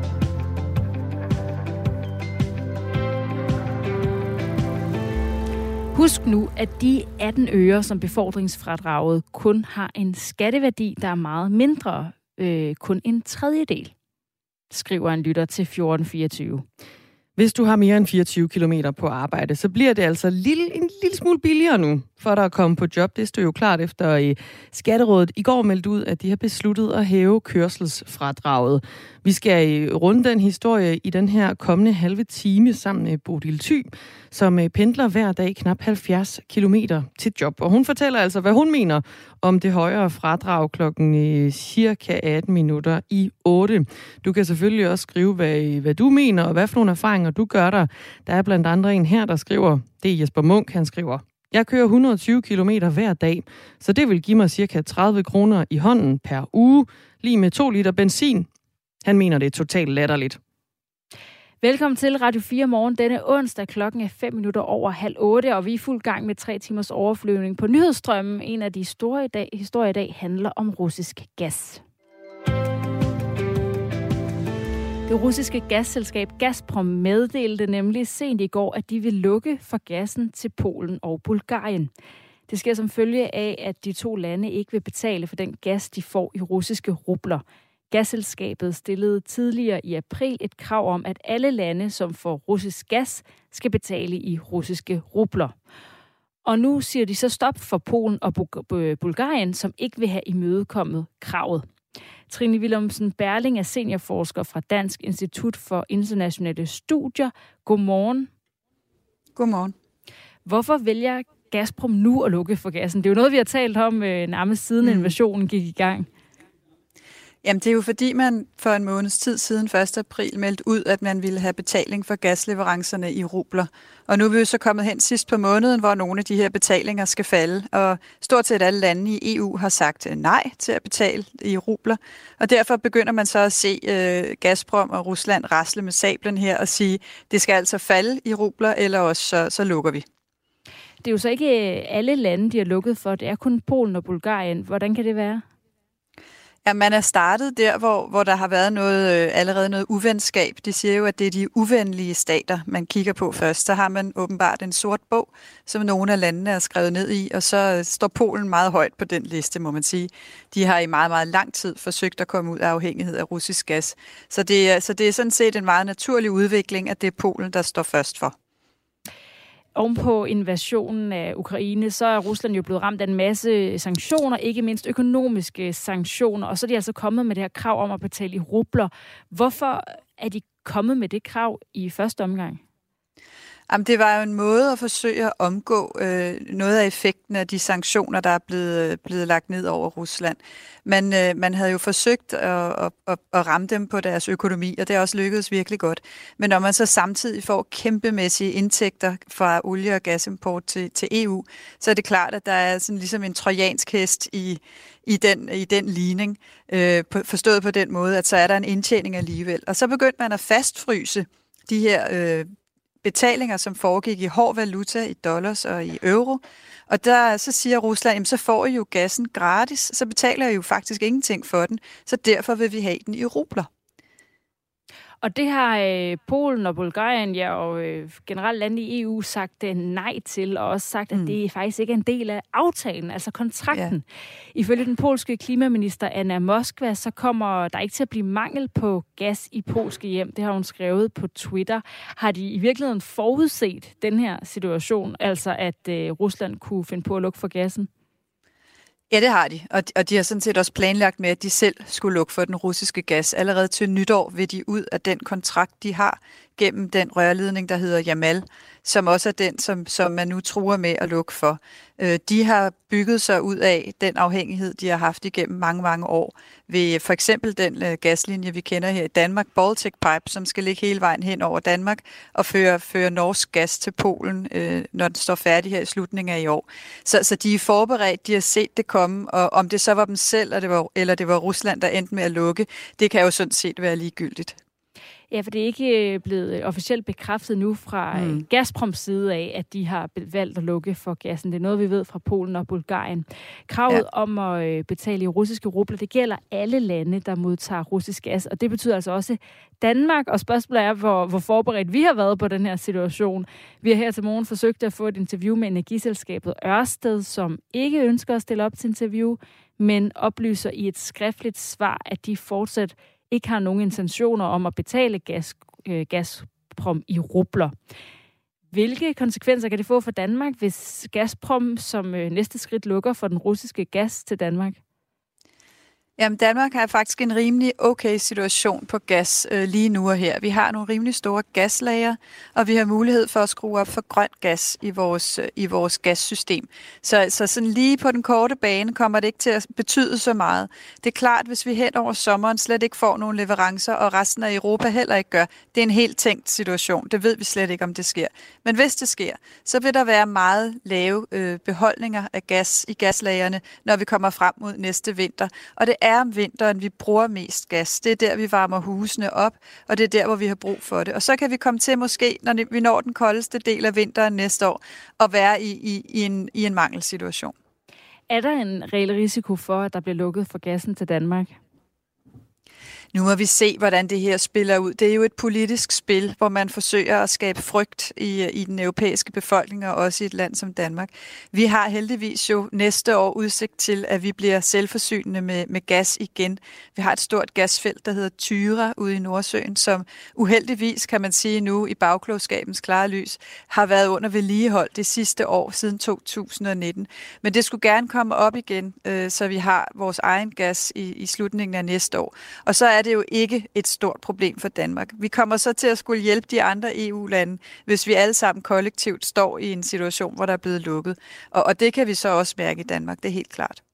Husk nu, at de 18 øre, som befordringsfradraget kun har en skatteværdi, der er meget mindre, kun en tredjedel, skriver en lytter til 1424. Hvis du har mere end 24 km på arbejde, så bliver det altså en lille smule billigere nu, for dig at komme på job. Det stod jo klart efter Skatterådet i går meldte ud, at de har besluttet at hæve kørselsfradraget. Vi skal runde den historie i den her kommende halve time sammen med Bodil Thy, som pendler hver dag knap 70 kilometer til job. Og hun fortæller altså, hvad hun mener om det højere fradrag klokken cirka 18 minutter i 8. Du kan selvfølgelig også skrive, hvad du mener, og hvad for nogle erfaringer du gør der. Der er blandt andre en her, der skriver, det er Jesper Munk, han skriver: Jeg kører 120 kilometer hver dag, så det vil give mig cirka 30 kroner i hånden per uge, lige med 2 liter benzin. Han mener, det er totalt latterligt. Velkommen til Radio 4 morgen. Denne onsdag klokken er 5 minutter over 7:30, og vi er fuld gang med 3 timers overflyvning på nyhedsstrømmen. En af de store historier i dag handler om russisk gas. Det russiske gasselskab Gazprom meddelte nemlig sent i går, at de vil lukke for gassen til Polen og Bulgarien. Det sker som følge af, at de to lande ikke vil betale for den gas, de får i russiske rubler. Gasselskabet stillede tidligere i april et krav om, at alle lande, som får russisk gas, skal betale i russiske rubler. Og nu siger de så stop for Polen og Bulgarien, som ikke vil have imødekommet kravet. Trine Willumsen Berling er seniorforsker fra Dansk Institut for Internationale Studier. Godmorgen. Godmorgen. Hvorfor vælger Gazprom nu at lukke for gassen? Det er jo noget, vi har talt om nærmest siden invasionen gik i gang. Jamen, det er jo fordi, man for en måneds tid siden 1. april meldte ud, at man ville have betaling for gasleverancerne i rubler. Og nu er vi jo så kommet hen sidst på måneden, hvor nogle af de her betalinger skal falde. Og stort set alle lande i EU har sagt nej til at betale i rubler. Og derfor begynder man så at se Gazprom og Rusland rasle med sablen her og sige, det skal altså falde i rubler, eller også så lukker vi. Det er jo så ikke alle lande, de har lukket for. Det er kun Polen og Bulgarien. Hvordan kan det være? Ja, man er startet der, hvor der har været allerede noget uvenskab. De siger jo, at det er de uvenlige stater, man kigger på først. Så har man åbenbart en sort bog, som nogle af landene er skrevet ned i, og så står Polen meget højt på den liste, må man sige. De har i meget, meget lang tid forsøgt at komme ud af afhængighed af russisk gas. Så det er sådan set en meget naturlig udvikling, at det er Polen, der står først for. Ovenpå invasionen af Ukraine, så er Rusland jo blevet ramt af en masse sanktioner, ikke mindst økonomiske sanktioner, og så er de altså kommet med det her krav om at betale i rubler. Hvorfor er de kommet med det krav i første omgang? Jamen, det var jo en måde at forsøge at omgå noget af effekten af de sanktioner, der er blevet lagt ned over Rusland. Man havde jo forsøgt at ramme dem på deres økonomi, og det er også lykkedes virkelig godt. Men når man så samtidig får kæmpemæssige indtægter fra olie- og gasimport til EU, så er det klart, at der er sådan ligesom en trojansk hest i den ligning, forstået på den måde, at så er der en indtjening alligevel. Og så begyndte man at fastfryse de her betalinger, som foregik i hård valuta, i dollars og i euro. Og så siger Rusland, jamen, så får I jo gassen gratis, så betaler I jo faktisk ingenting for den, så derfor vil vi have den i rubler. Og det har Polen og Bulgarien og generelt lande i EU sagt nej til, og også sagt, at det faktisk ikke er en del af aftalen, altså kontrakten. Ja. Ifølge den polske klimaminister Anna Moskva, så kommer der ikke til at blive mangel på gas i polske hjem. Det har hun skrevet på Twitter. Har de i virkeligheden forudset den her situation, altså at Rusland kunne finde på at lukke for gassen? Ja, det har de. Og de har sådan set også planlagt med, at de selv skulle lukke for den russiske gas. Allerede til nytår vil de ud af den kontrakt, de har gennem den rørledning, der hedder Yamal, som også er den, som man nu truer med at lukke for. De har bygget sig ud af den afhængighed, de har haft igennem mange, mange år, ved for eksempel den gaslinje, vi kender her i Danmark, Baltic Pipe, som skal ligge hele vejen hen over Danmark og føre norsk gas til Polen, når den står færdig her i slutningen af i år. Så de er forberedt, de har set det komme, og om det så var dem selv, eller det var Rusland, der endte med at lukke, det kan jo sådan set være ligegyldigt. Ja, for det er ikke blevet officielt bekræftet nu fra Gazproms side af, at de har valgt at lukke for gassen. Det er noget, vi ved fra Polen og Bulgarien. Kravet om at betale i russiske rubler, det gælder alle lande, der modtager russisk gas, og det betyder altså også Danmark, og spørgsmålet er, hvor forberedt vi har været på den her situation. Vi har her til morgen forsøgt at få et interview med energiselskabet Ørsted, som ikke ønsker at stille op til interview, men oplyser i et skriftligt svar, at de fortsat ikke har nogen intentioner om at betale Gazprom i rubler. Hvilke konsekvenser kan det få for Danmark, hvis Gazprom som næste skridt lukker for den russiske gas til Danmark? Jamen, Danmark har faktisk en rimelig okay situation på gas lige nu og her. Vi har nogle rimelig store gaslager, og vi har mulighed for at skrue op for grøn gas i vores gassystem. Så sådan lige på den korte bane kommer det ikke til at betyde så meget. Det er klart, hvis vi hen over sommeren slet ikke får nogle leverancer, og resten af Europa heller ikke gør. Det er en helt tænkt situation. Det ved vi slet ikke, om det sker. Men hvis det sker, så vil der være meget lave beholdninger af gas i gaslagerne, når vi kommer frem mod næste vinter. Og det er om vinteren, vi bruger mest gas. Det er der, vi varmer husene op, og det er der, hvor vi har brug for det. Og så kan vi komme til måske, når vi når den koldeste del af vinteren næste år, at være i en mangelsituation. Er der en reel risiko for, at der bliver lukket for gassen til Danmark? Nu må vi se, hvordan det her spiller ud. Det er jo et politisk spil, hvor man forsøger at skabe frygt i den europæiske befolkning, og også i et land som Danmark. Vi har heldigvis jo næste år udsigt til, at vi bliver selvforsynende med gas igen. Vi har et stort gasfelt, der hedder Tyra ude i Nordsøen, som uheldigvis, kan man sige nu, i bagklogskabens klare lys, har været under vedligehold det sidste år, siden 2019. Men det skulle gerne komme op igen, så vi har vores egen gas i slutningen af næste år. Og så er det jo ikke et stort problem for Danmark. Vi kommer så til at skulle hjælpe de andre EU-lande, hvis vi alle sammen kollektivt står i en situation, hvor der er blevet lukket. Og det kan vi så også mærke i Danmark, det er helt klart.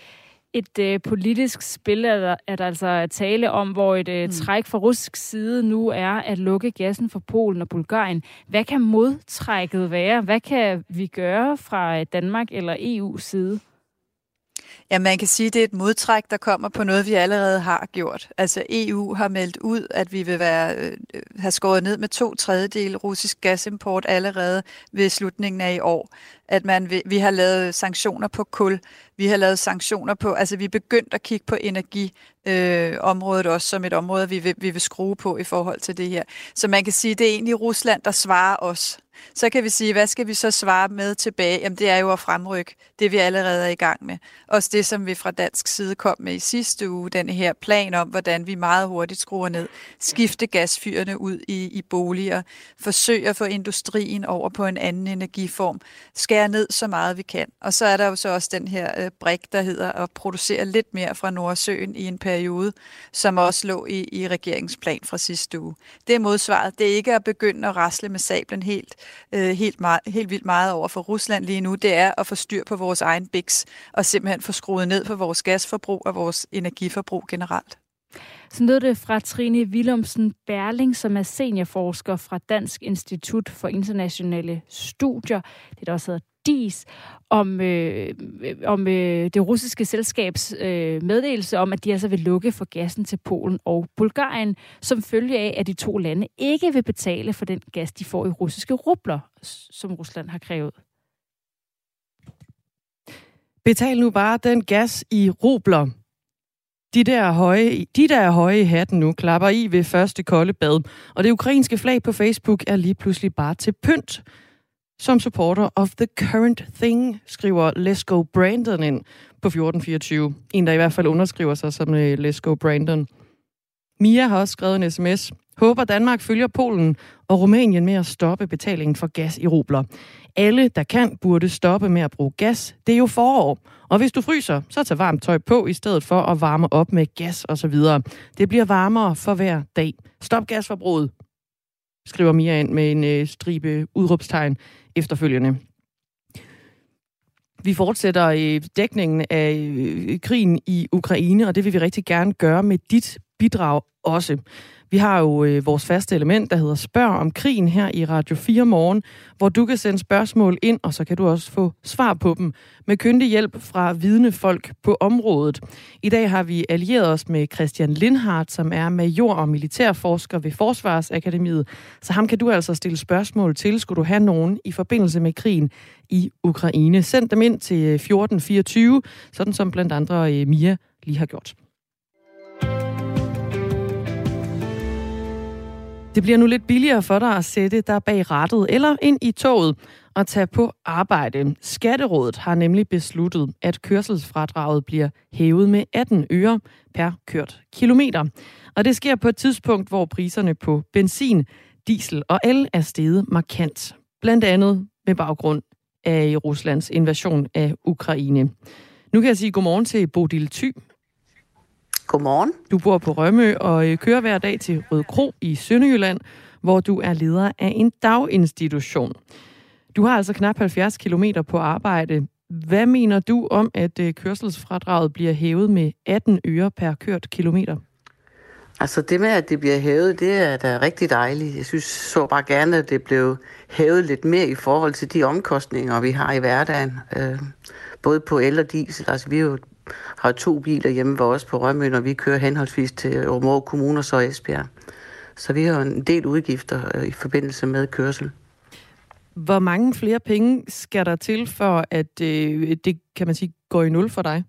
Et politisk spil er der altså tale om, hvor et træk fra russisk side nu er at lukke gassen for Polen og Bulgarien. Hvad kan modtrækket være? Hvad kan vi gøre fra Danmark eller EU's side? Ja, man kan sige, at det er et modtræk, der kommer på noget, vi allerede har gjort. Altså EU har meldt ud, at vi vil have skåret ned med 2/3 russisk gasimport allerede ved slutningen af i år. At vi har lavet sanktioner på kul. Vi har lavet sanktioner på, altså vi er begyndt at kigge på energiområdet også som et område, vi vil skrue på i forhold til det her. Så man kan sige, at det er egentlig Rusland, der svarer os. Så kan vi sige, hvad skal vi så svare med tilbage? Jamen det er jo at fremrykke det, vi allerede er i gang med. Også det, som vi fra dansk side kom med i sidste uge, den her plan om, hvordan vi meget hurtigt skruer ned, skifte gasfyrene ud i boliger, forsøge at få industrien over på en anden energiform, skære ned så meget vi kan. Og så er der jo så også den her brik, der hedder at producere lidt mere fra Nordsøen i en periode, som også lå i regeringsplan fra sidste uge. Det er modsvaret. Det er ikke at begynde at rasle med sablen helt vildt meget over for Rusland lige nu. Det er at få styr på vores egen biks og simpelthen få skruet ned på vores gasforbrug og vores energiforbrug generelt. Så lød det fra Trine Willumsen Berling, som er seniorforsker fra Dansk Institut for Internationale Studier, det der også hedder DIS, om det russiske selskabs meddelelse om, at de altså vil lukke for gassen til Polen og Bulgarien, som følge af, at de to lande ikke vil betale for den gas, de får i russiske rubler, som Rusland har krævet. Betal nu bare den gas i rubler. De der er høje i hatten nu, klapper i ved første kolde bad. Og det ukrainske flag på Facebook er lige pludselig bare til pynt. Som supporter of the current thing, skriver Let's Go Brandon ind på 1424. En, der i hvert fald underskriver sig som Let's Go Brandon. Mia har også skrevet en sms. Håber Danmark følger Polen og Rumænien med at stoppe betalingen for gas i rubler. Alle, der kan, burde stoppe med at bruge gas. Det er jo forår. Og hvis du fryser, så tag varmt tøj på, i stedet for at varme op med gas osv. Det bliver varmere for hver dag. Stop gasforbruget. skriver Mia ind med en stribe udråbstegn efterfølgende. Vi fortsætter dækningen af krigen i Ukraine, og det vil vi rigtig gerne gøre med dit bidrag også. Vi har jo vores faste element, der hedder Spørg om krigen her i Radio 4 Morgen, hvor du kan sende spørgsmål ind, og så kan du også få svar på dem med kyndig hjælp fra vidne folk på området. I dag har vi allieret os med Christian Lindhardt, som er major og militærforsker ved Forsvarsakademiet. Så ham kan du altså stille spørgsmål til, skulle du have nogen i forbindelse med krigen i Ukraine. Send dem ind til 1424, sådan som blandt andre Mia lige har gjort. Det bliver nu lidt billigere for dig at sætte dig bag rattet eller ind i toget og tage på arbejde. Skatterådet har nemlig besluttet, at kørselsfradraget bliver hævet med 18 øre per kørt kilometer. Og det sker på et tidspunkt, hvor priserne på benzin, diesel og el er steget markant. Blandt andet med baggrund af Ruslands invasion af Ukraine. Nu kan jeg sige godmorgen til Bodil Thy. Godmorgen. Du bor på Rømø og kører hver dag til Rødekro i Sønderjylland, hvor du er leder af en daginstitution. Du har altså knap 70 kilometer på arbejde. Hvad mener du om, at kørselsfradraget bliver hævet med 18 øre per kørt kilometer? Altså det med, at det bliver hævet, det er da rigtig dejligt. Jeg synes så bare gerne, at det blev hævet lidt mere i forhold til de omkostninger, vi har i hverdagen. Både på el og diesel. Altså vi har 2 biler hjemme ved os på Rømø, når vi kører henholdsvis til Aabenraa Kommune og så Esbjerg. Så vi har en del udgifter i forbindelse med kørsel. Hvor mange flere penge skal der til, for at det, kan man sige, går i nul for dig?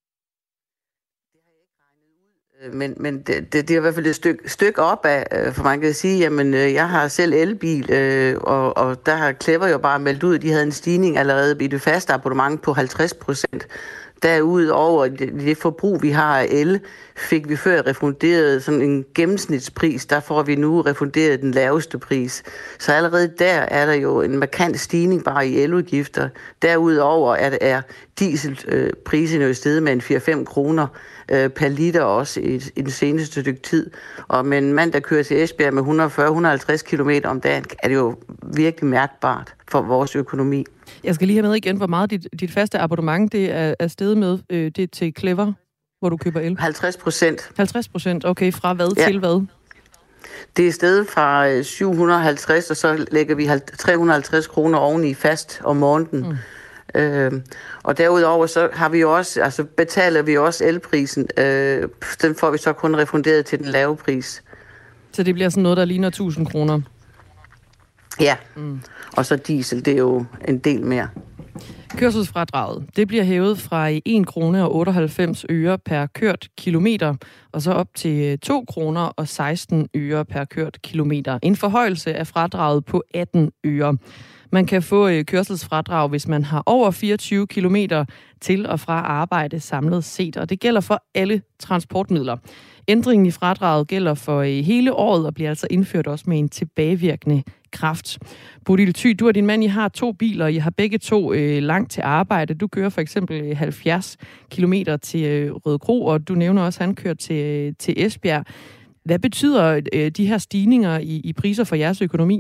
Men det er i hvert fald et stykke op af, for man kan sige, jamen jeg har selv elbil, og der har Clever jo bare meldt ud, at de havde en stigning allerede i det faste abonnement på 50%. Derudover det forbrug, vi har af el, fik vi før refunderet sådan en gennemsnitspris. Der får vi nu refunderet den laveste pris. Så allerede der er der jo en markant stigning bare i eludgifter. Derudover er dieselprisen jo i stedet med en 4-5 kroner per liter også i den seneste stykke tid. Og med en mand, der kører til Esbjerg med 140-150 km om dagen, er det jo virkelig mærkbart for vores økonomi. Jeg skal lige have med igen, hvor meget dit faste abonnement det er steget med. Det er til Clever, hvor du køber el. 50%. 50%, okay. Fra hvad til hvad? Det er steget fra 750, og så lægger vi 350 kroner oveni fast om måneden. Og derudover så har vi jo også, altså betaler vi også elprisen. Den får vi så kun refunderet til den lave pris. Så det bliver sådan noget, der ligner 1000 kroner? Ja, og så diesel, det er jo en del mere. Kørselsfradraget, det bliver hævet fra 1 kroner og 98 øre per kørt kilometer, og så op til 2 kroner og 16 øre per kørt kilometer. En forhøjelse af fradraget på 18 øre. Man kan få kørselsfradrag, hvis man har over 24 kilometer til og fra arbejde samlet set, og det gælder for alle transportmidler. Ændringen i fradraget gælder for hele året og bliver altså indført også med en tilbagevirkende kraft. Bodil Thy, du og din mand, I har 2 biler, I har begge 2 langt til arbejde. Du kører for eksempel 70 kilometer til Rødekro, og du nævner også, at han kører til Esbjerg. Hvad betyder de her stigninger i priser for jeres økonomi?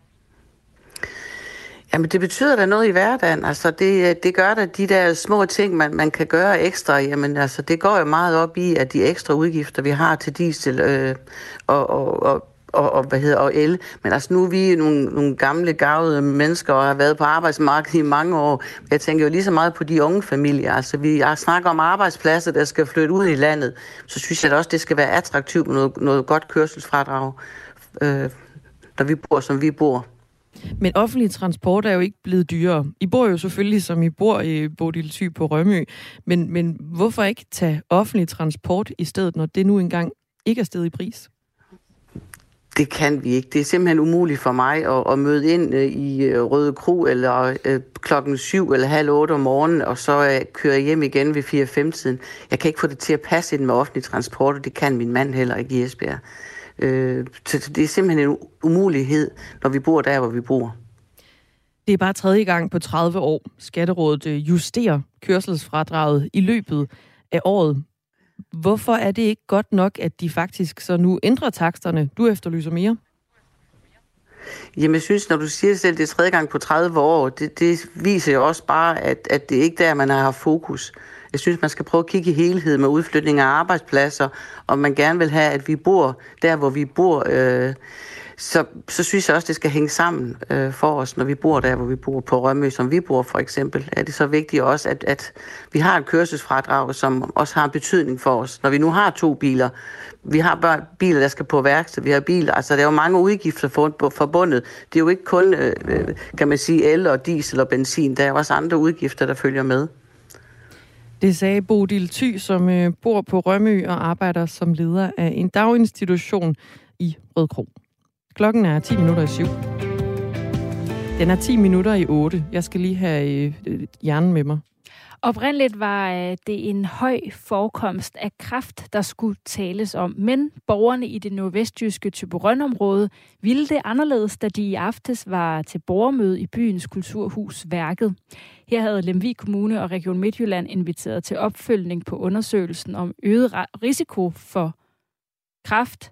Jamen, det betyder da noget i hverdagen. Altså, det gør da de der små ting, man kan gøre ekstra. Jamen, altså, det går jo meget op i, at de ekstra udgifter, vi har til diesel og el. Men altså, nu er vi nogle gamle, gavede mennesker og har været på arbejdsmarkedet i mange år. Jeg tænker jo lige så meget på de unge familier. Altså, vi snakker om arbejdspladser, der skal flytte ud i landet. Så synes jeg da også, det skal være attraktivt med noget godt kørselsfradrag, når vi bor, som vi bor. Men offentlig transport er jo ikke blevet dyrere. I bor jo selvfølgelig, som I bor i Bodil Thy på Rømø. Men hvorfor ikke tage offentlig transport i stedet, når det nu engang ikke er steget i pris? Det kan vi ikke. Det er simpelthen umuligt for mig at møde ind i Rødekro eller 7:00 eller 7:30 om morgenen, og så køre hjem igen ved 4-5-tiden. Jeg kan ikke få det til at passe ind med offentlig transport, og det kan min mand heller ikke i Esbjerg. Så det er simpelthen en umulighed, når vi bor der, hvor vi bor. Det er bare 3. gang på 30 år. Skatterådet justerer kørselsfradraget i løbet af året. Hvorfor er det ikke godt nok, at de faktisk så nu ændrer taksterne? Du efterlyser mere. Jamen, jeg synes, når du siger det selv, det er 3. gang på 30 år, det viser jo også bare, at det ikke er der, man har haft fokus. Jeg synes, man skal prøve at kigge i helhed med udflytning af arbejdspladser, og man gerne vil have, at vi bor der, hvor vi bor. Så synes jeg også, det skal hænge sammen for os, når vi bor der, hvor vi bor på Rømø, som vi bor for eksempel. Er det så vigtigt også, at vi har et kørselsfradrag, som også har en betydning for os. Når vi nu har 2 biler, vi har bare biler, der skal på værksted, vi har biler, altså der er jo mange udgifter forbundet. Det er jo ikke kun, kan man sige, el og diesel og benzin, der er også andre udgifter, der følger med. Det sagde Bodil Thy, som bor på Rømø og arbejder som leder af en daginstitution i Rødkro. Klokken er 7:10. Den er 7:10. Jeg skal lige have hjernen med mig. Oprindeligt var det en høj forekomst af kræft, der skulle tales om, men borgerne i det nordvestjyske Thyborøn-område ville det anderledes, da de i aftes var til borgermøde i byens kulturhus Værket. Her havde Lemvig Kommune og Region Midtjylland inviteret til opfølgning på undersøgelsen om øget risiko for kræft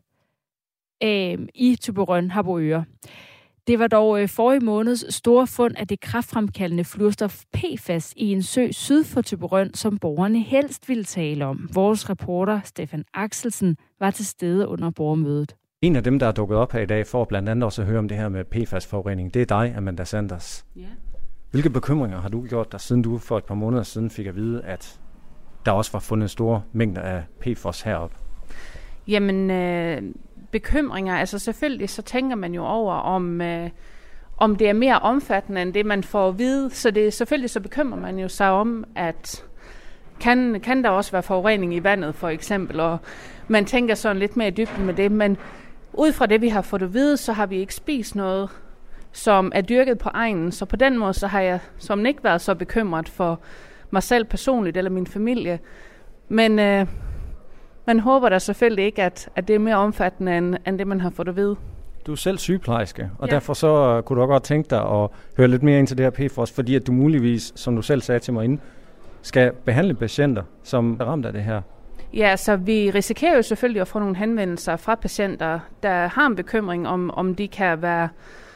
i Thyborøn-Harboøre. Det var dog forrige måneds store fund af det kræftfremkaldende fluorstof PFAS i en sø syd for Thyborøn, som borgerne helst ville tale om. Vores reporter Stefan Axelsen var til stede under borgermødet. En af dem, der er dukket op her i dag, for blandt andet også at høre om det her med PFAS-forurening, det er dig, Amanda Sanders. Ja. Hvilke bekymringer har du gjort dig, siden du for et par måneder siden fik at vide, at der også var fundet store mængder af PFAS heroppe? Jamen, bekymringer, altså selvfølgelig så tænker man jo over, om det er mere omfattende end det, man får at vide. Så det selvfølgelig så bekymrer man jo sig om, at kan der også være forurening i vandet for eksempel, og man tænker sådan lidt mere i dybden med det, men ud fra det, vi har fået at vide, så har vi ikke spist noget, som er dyrket på egnen, så på den måde, så har jeg som ikke været så bekymret for mig selv personligt eller min familie, men man håber da selvfølgelig ikke, at det er mere omfattende end det, man har fået at vide. Du er selv sygeplejerske, og derfor så kunne du godt tænke dig at høre lidt mere ind til det her PFAS, fordi at du muligvis, som du selv sagde til mig inden, skal behandle patienter, som er ramt af det her. Ja, så vi risikerer jo selvfølgelig at få nogle henvendelser fra patienter, der har en bekymring om de kan være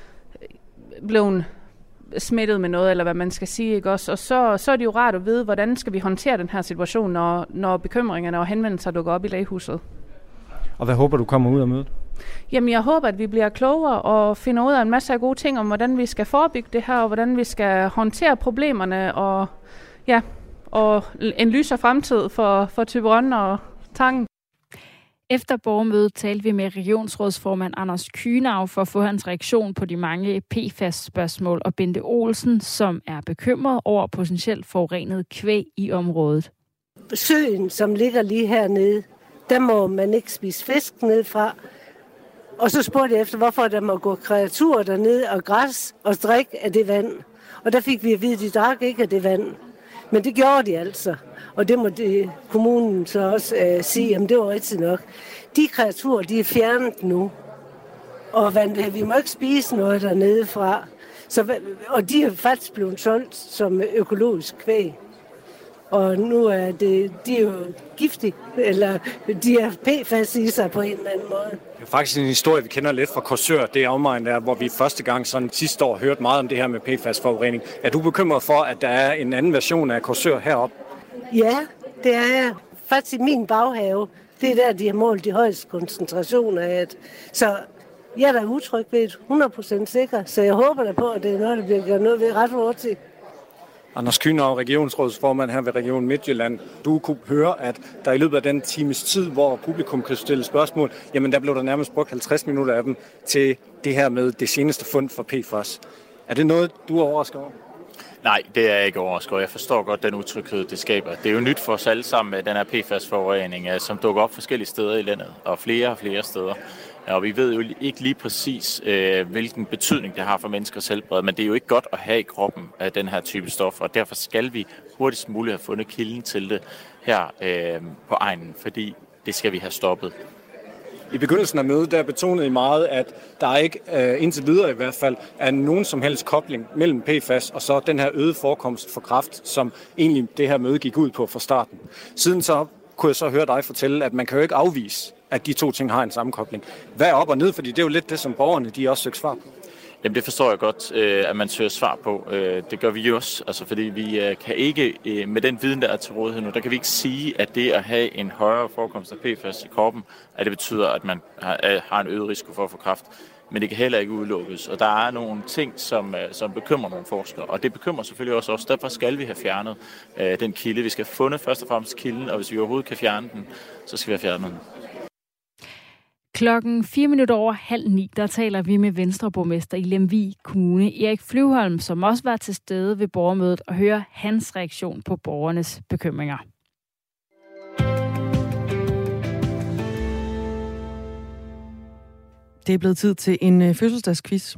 blevet smittet med noget, eller hvad man skal sige, ikke også? Og så er det jo rart at vide, hvordan skal vi håndtere den her situation, når bekymringerne og henvendelser dukker op i lægehuset. Og hvad håber du kommer ud af mødet? Jamen, jeg håber, at vi bliver klogere og finder ud af en masse af gode ting om, hvordan vi skal forebygge det her, og hvordan vi skal håndtere problemerne, og en lysere fremtid for Thyborøn og Tangen. Efter borgermødet talte vi med regionsrådsformand Anders Kühnau for at få hans reaktion på de mange PFAS-spørgsmål, og Bente Olsen, som er bekymret over potentielt forurenet kvæg i området. Søen, som ligger lige hernede, der må man ikke spise fisk ned fra. Og så spurgte jeg efter, hvorfor der må gå kreaturer dernede og græs og drikke af det vand. Og der fik vi at vide, at de drak ikke af det vand. Men det gjorde de altså. Og det må kommunen så også sige, jamen det var rigtigt nok. De kreaturer, de er fjernet nu. Og vi må ikke spise noget dernede fra. Og de er faktisk blevet solgt som økologisk kvæg. Og nu er de er jo giftige, eller de er PFAS i sig på en eller anden måde. Det er faktisk en historie, vi kender lidt fra Korsør. Det er omegn der, hvor vi første gang sådan sidste år hørte meget om det her med PFAS-forurening. Er du bekymret for, at der er en anden version af Korsør heroppe? Ja, det er jeg. Faktisk i min baghave. Det er der, de har målt de højeste koncentrationer af. Så jeg er da utryg ved 100% sikker, så jeg håber da på, at det er noget, der bliver gjort noget ved ret hurtigt. Anders Kühnau, regionsrådsformand her ved Region Midtjylland. Du kunne høre, at der i løbet af den times tid, hvor publikum kan stille spørgsmål, jamen der blev der nærmest brugt 50 minutter af dem til det her med det seneste fund for PFAS. Er det noget, du er overrasket over? Nej, det er jeg ikke overrasket over. Jeg forstår godt den utryghed, det skaber. Det er jo nyt for os alle sammen med den her PFAS-forurening, som dukker op forskellige steder i landet, og flere steder. Og vi ved jo ikke lige præcis, hvilken betydning det har for menneskers helbred, men det er jo ikke godt at have i kroppen af den her type stof, og derfor skal vi hurtigst muligt have fundet kilden til det her på egnen, fordi det skal vi have stoppet. I begyndelsen af mødet, der betonede I meget, at der ikke indtil videre i hvert fald er nogen som helst kobling mellem PFAS og så den her øgede forekomst for kræft, som egentlig det her møde gik ud på fra starten. Siden så kunne jeg så høre dig fortælle, at man kan jo ikke afvise, at de to ting har en sammenkobling. Hvad er op og ned? Fordi det er jo lidt det, som borgerne de også søger svar på. Jamen det forstår jeg godt, at man søger svar på. Det gør vi også, altså fordi vi kan ikke, med den viden, der er til rådighed nu, der kan vi ikke sige, at det at have en højere forekomst af PFAS i kroppen, at det betyder, at man har en øget risiko for at få kræft. Men det kan heller ikke udelukkes. Og der er nogle ting, som bekymrer nogle forskere, og det bekymrer selvfølgelig også os. Derfor skal vi have fjernet den kilde. Vi skal have fundet først og fremmest kilden, og hvis vi overhovedet kan fjerne den, så skal vi have fjernet den. 8:04, der taler vi med Venstreborgmester i Lemvig Kommune, Erik Flyvholm, som også var til stede ved borgermødet, og hører hans reaktion på borgernes bekymringer. Det er blevet tid til en fødselsdagsquiz.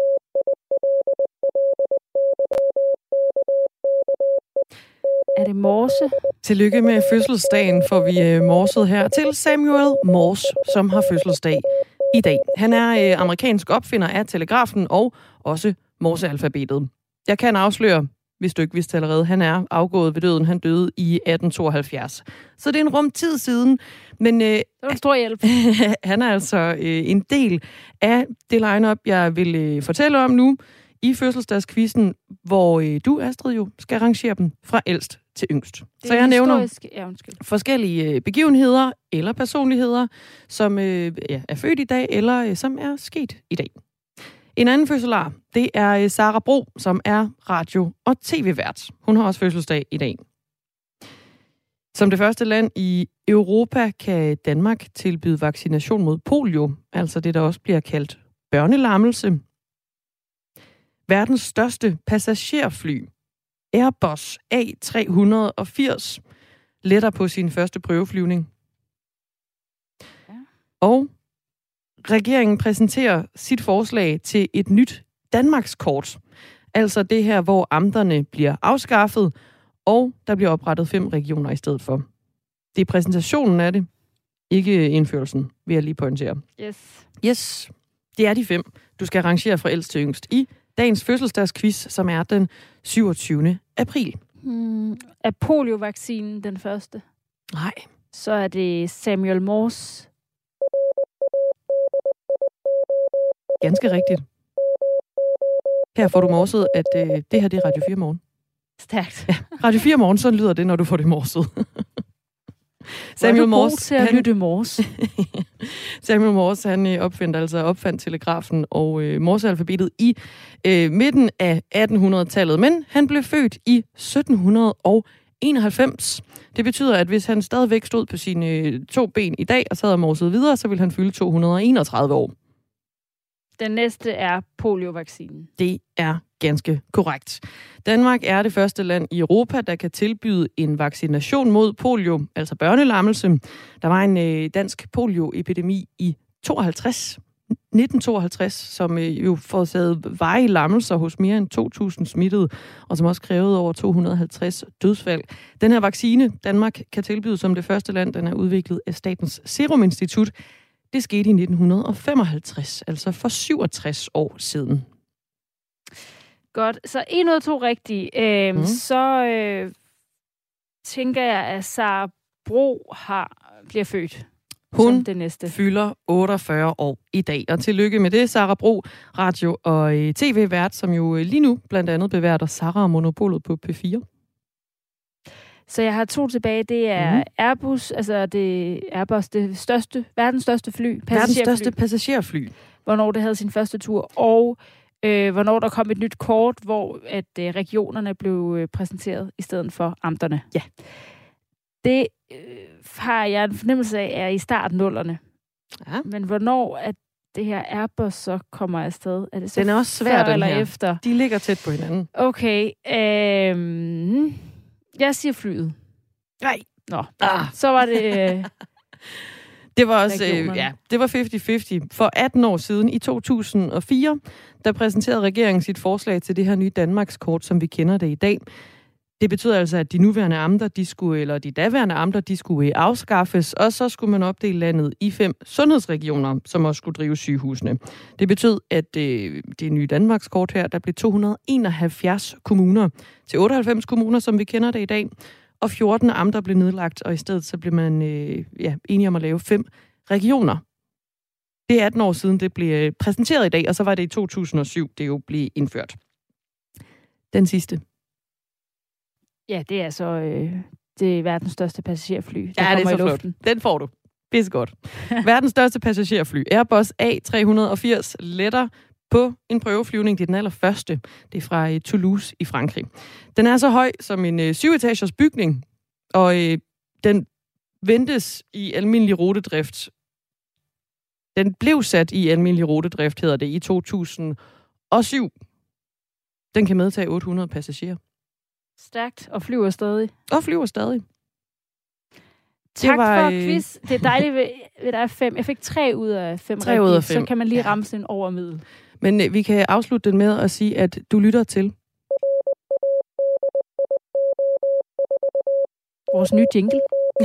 Er det Morse? Tillykke med fødselsdagen, får vi morset her til Samuel Morse, som har fødselsdag i dag. Han er amerikansk opfinder af telegrafen og også Morse-alfabetet. Jeg kan afsløre, hvis du ikke vidste allerede, han er afgået ved døden. Han døde i 1872. Så det er en rumtid siden. Men det var en stor hjælp. Han er altså en del af det line-up, jeg vil fortælle om nu i fødselsdagskvisten, hvor du, Astrid, jo skal rangere dem fra ældst til yngst. Så jeg nævner forskellige begivenheder eller personligheder, som er født i dag, eller som er sket i dag. En anden fødselar, det er Sara Bro, som er radio- og tv-vært. Hun har også fødselsdag i dag. Som det første land i Europa kan Danmark tilbyde vaccination mod polio, altså det, der også bliver kaldt børnelammelse. Verdens største passagerfly, Airbus A380, letter på sin første prøveflyvning. Ja. Og regeringen præsenterer sit forslag til et nyt Danmarkskort. Altså det her, hvor amterne bliver afskaffet, og der bliver oprettet 5 regioner i stedet for. Det er præsentationen af det, ikke indførelsen, vil jeg lige pointere. Yes, det er de 5, du skal rangere fra ældst til yngst i dagens fødselsdagsquiz, som er den 27. april. Er poliovaccinen den første? Nej. Så er det Samuel Morse. Ganske rigtigt. Her får du morset, at det her det er Radio 4 Morgen. Stærkt. Ja, Radio 4 Morgen, sådan lyder det, når du får det morset. Samuel Morse til at lytte Morse. Samuel Morse, han opfandt telegrafen og Morse-alfabetet i midten af 1800-tallet, men han blev født i 1791. Det betyder, at hvis han stadigvæk stod på sine 2 ben i dag og sad og morsede videre, så ville han fylde 231 år. Den næste er poliovaccinen. Det er ganske korrekt. Danmark er det første land i Europa, der kan tilbyde en vaccination mod polio, altså børnelammelse. Der var en dansk polioepidemi i 1952, som jo forårsagede varige lammelser hos mere end 2.000 smittede, og som også krævede over 250 dødsfald. Den her vaccine, Danmark kan tilbyde som det første land, den er udviklet af Statens Serum Institut. Det skete i 1955, altså for 67 år siden. Godt, så 1 ud af 2 rigtige. Så tænker jeg, at Sara Bro bliver født. Hun det næste. Fylder 48 år i dag. Og tillykke med det, Sara Bro, radio- og tv-vært, som jo lige nu blandt andet beværter Sara og Monopolet på P4. Så jeg har 2 tilbage. Det er Airbus, altså det Airbus, det største, verdens største fly. Verdens største passagerfly. Hvornår det havde sin første tur, og hvornår der kom et nyt kort, hvor at regionerne blev præsenteret i stedet for amterne. Ja. Det har jeg en fornemmelse af, er i starten 0'erne. Ja. Men hvornår at det her Airbus så kommer afsted? Er det så den er også svær, den eller her. Efter? De ligger tæt på hinanden. Okay. Jeg siger flyet. Nej. Nå, så var det... Det var også, det var 50-50. For 18 år siden, i 2004, der præsenterede regeringen sit forslag til det her nye Danmarkskort, som vi kender det i dag. Det betyder altså, at de nuværende amter, de daværende amter, de skulle afskaffes, og så skulle man opdele landet i 5 sundhedsregioner, som også skulle drive sygehusene. Det betød, at det nye Danmarkskort her, der blev 271 kommuner til 98 kommuner, som vi kender det i dag, og 14 amter blev nedlagt, og i stedet så blev man enige om at lave 5 regioner. Det er 18 år siden, det blev præsenteret i dag, og så var det i 2007, det jo blev indført. Den sidste. Ja, det er så det er verdens største passagerfly, der kommer det er så i luften. Flot. Den får du. Pissegodt. Verdens største passagerfly, Airbus A380, letter på en prøveflyvning. Det er den allerførste. Det er fra Toulouse i Frankrig. Den er så høj som en 7-etagers bygning, og den ventes i almindelig rutedrift. Den blev sat i almindelig rutedrift, hedder det, i 2007. Den kan medtage 800 passagerer. Stærkt, og flyver stadig. Tak for quiz. Det er dejligt ved der er 5. Jeg fik 3 ud af 5 rigtigt, så kan man lige ramme sådan en overmiddel. Men vi kan afslutte den med at sige, at du lytter til vores nye jingle.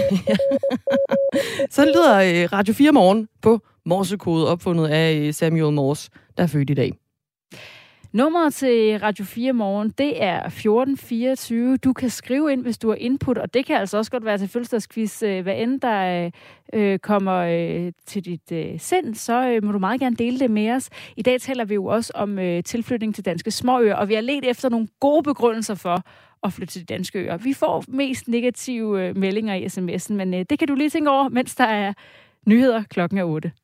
Så lyder Radio 4 Morgen på morsekode, opfundet af Samuel Morse, der er født i dag. Nummeret til Radio 4 Morgen, det er 1424. Du kan skrive ind, hvis du har input, og det kan altså også godt være til fødselsdagsquiz. Hvad end der kommer til dit sind, så må du meget gerne dele det med os. I dag taler vi jo også om tilflytning til danske småøer, og vi har let efter nogle gode begrundelser for at flytte til de danske øer. Vi får mest negative meldinger i sms'en, men det kan du lige tænke over, mens der er nyheder klokken er 8.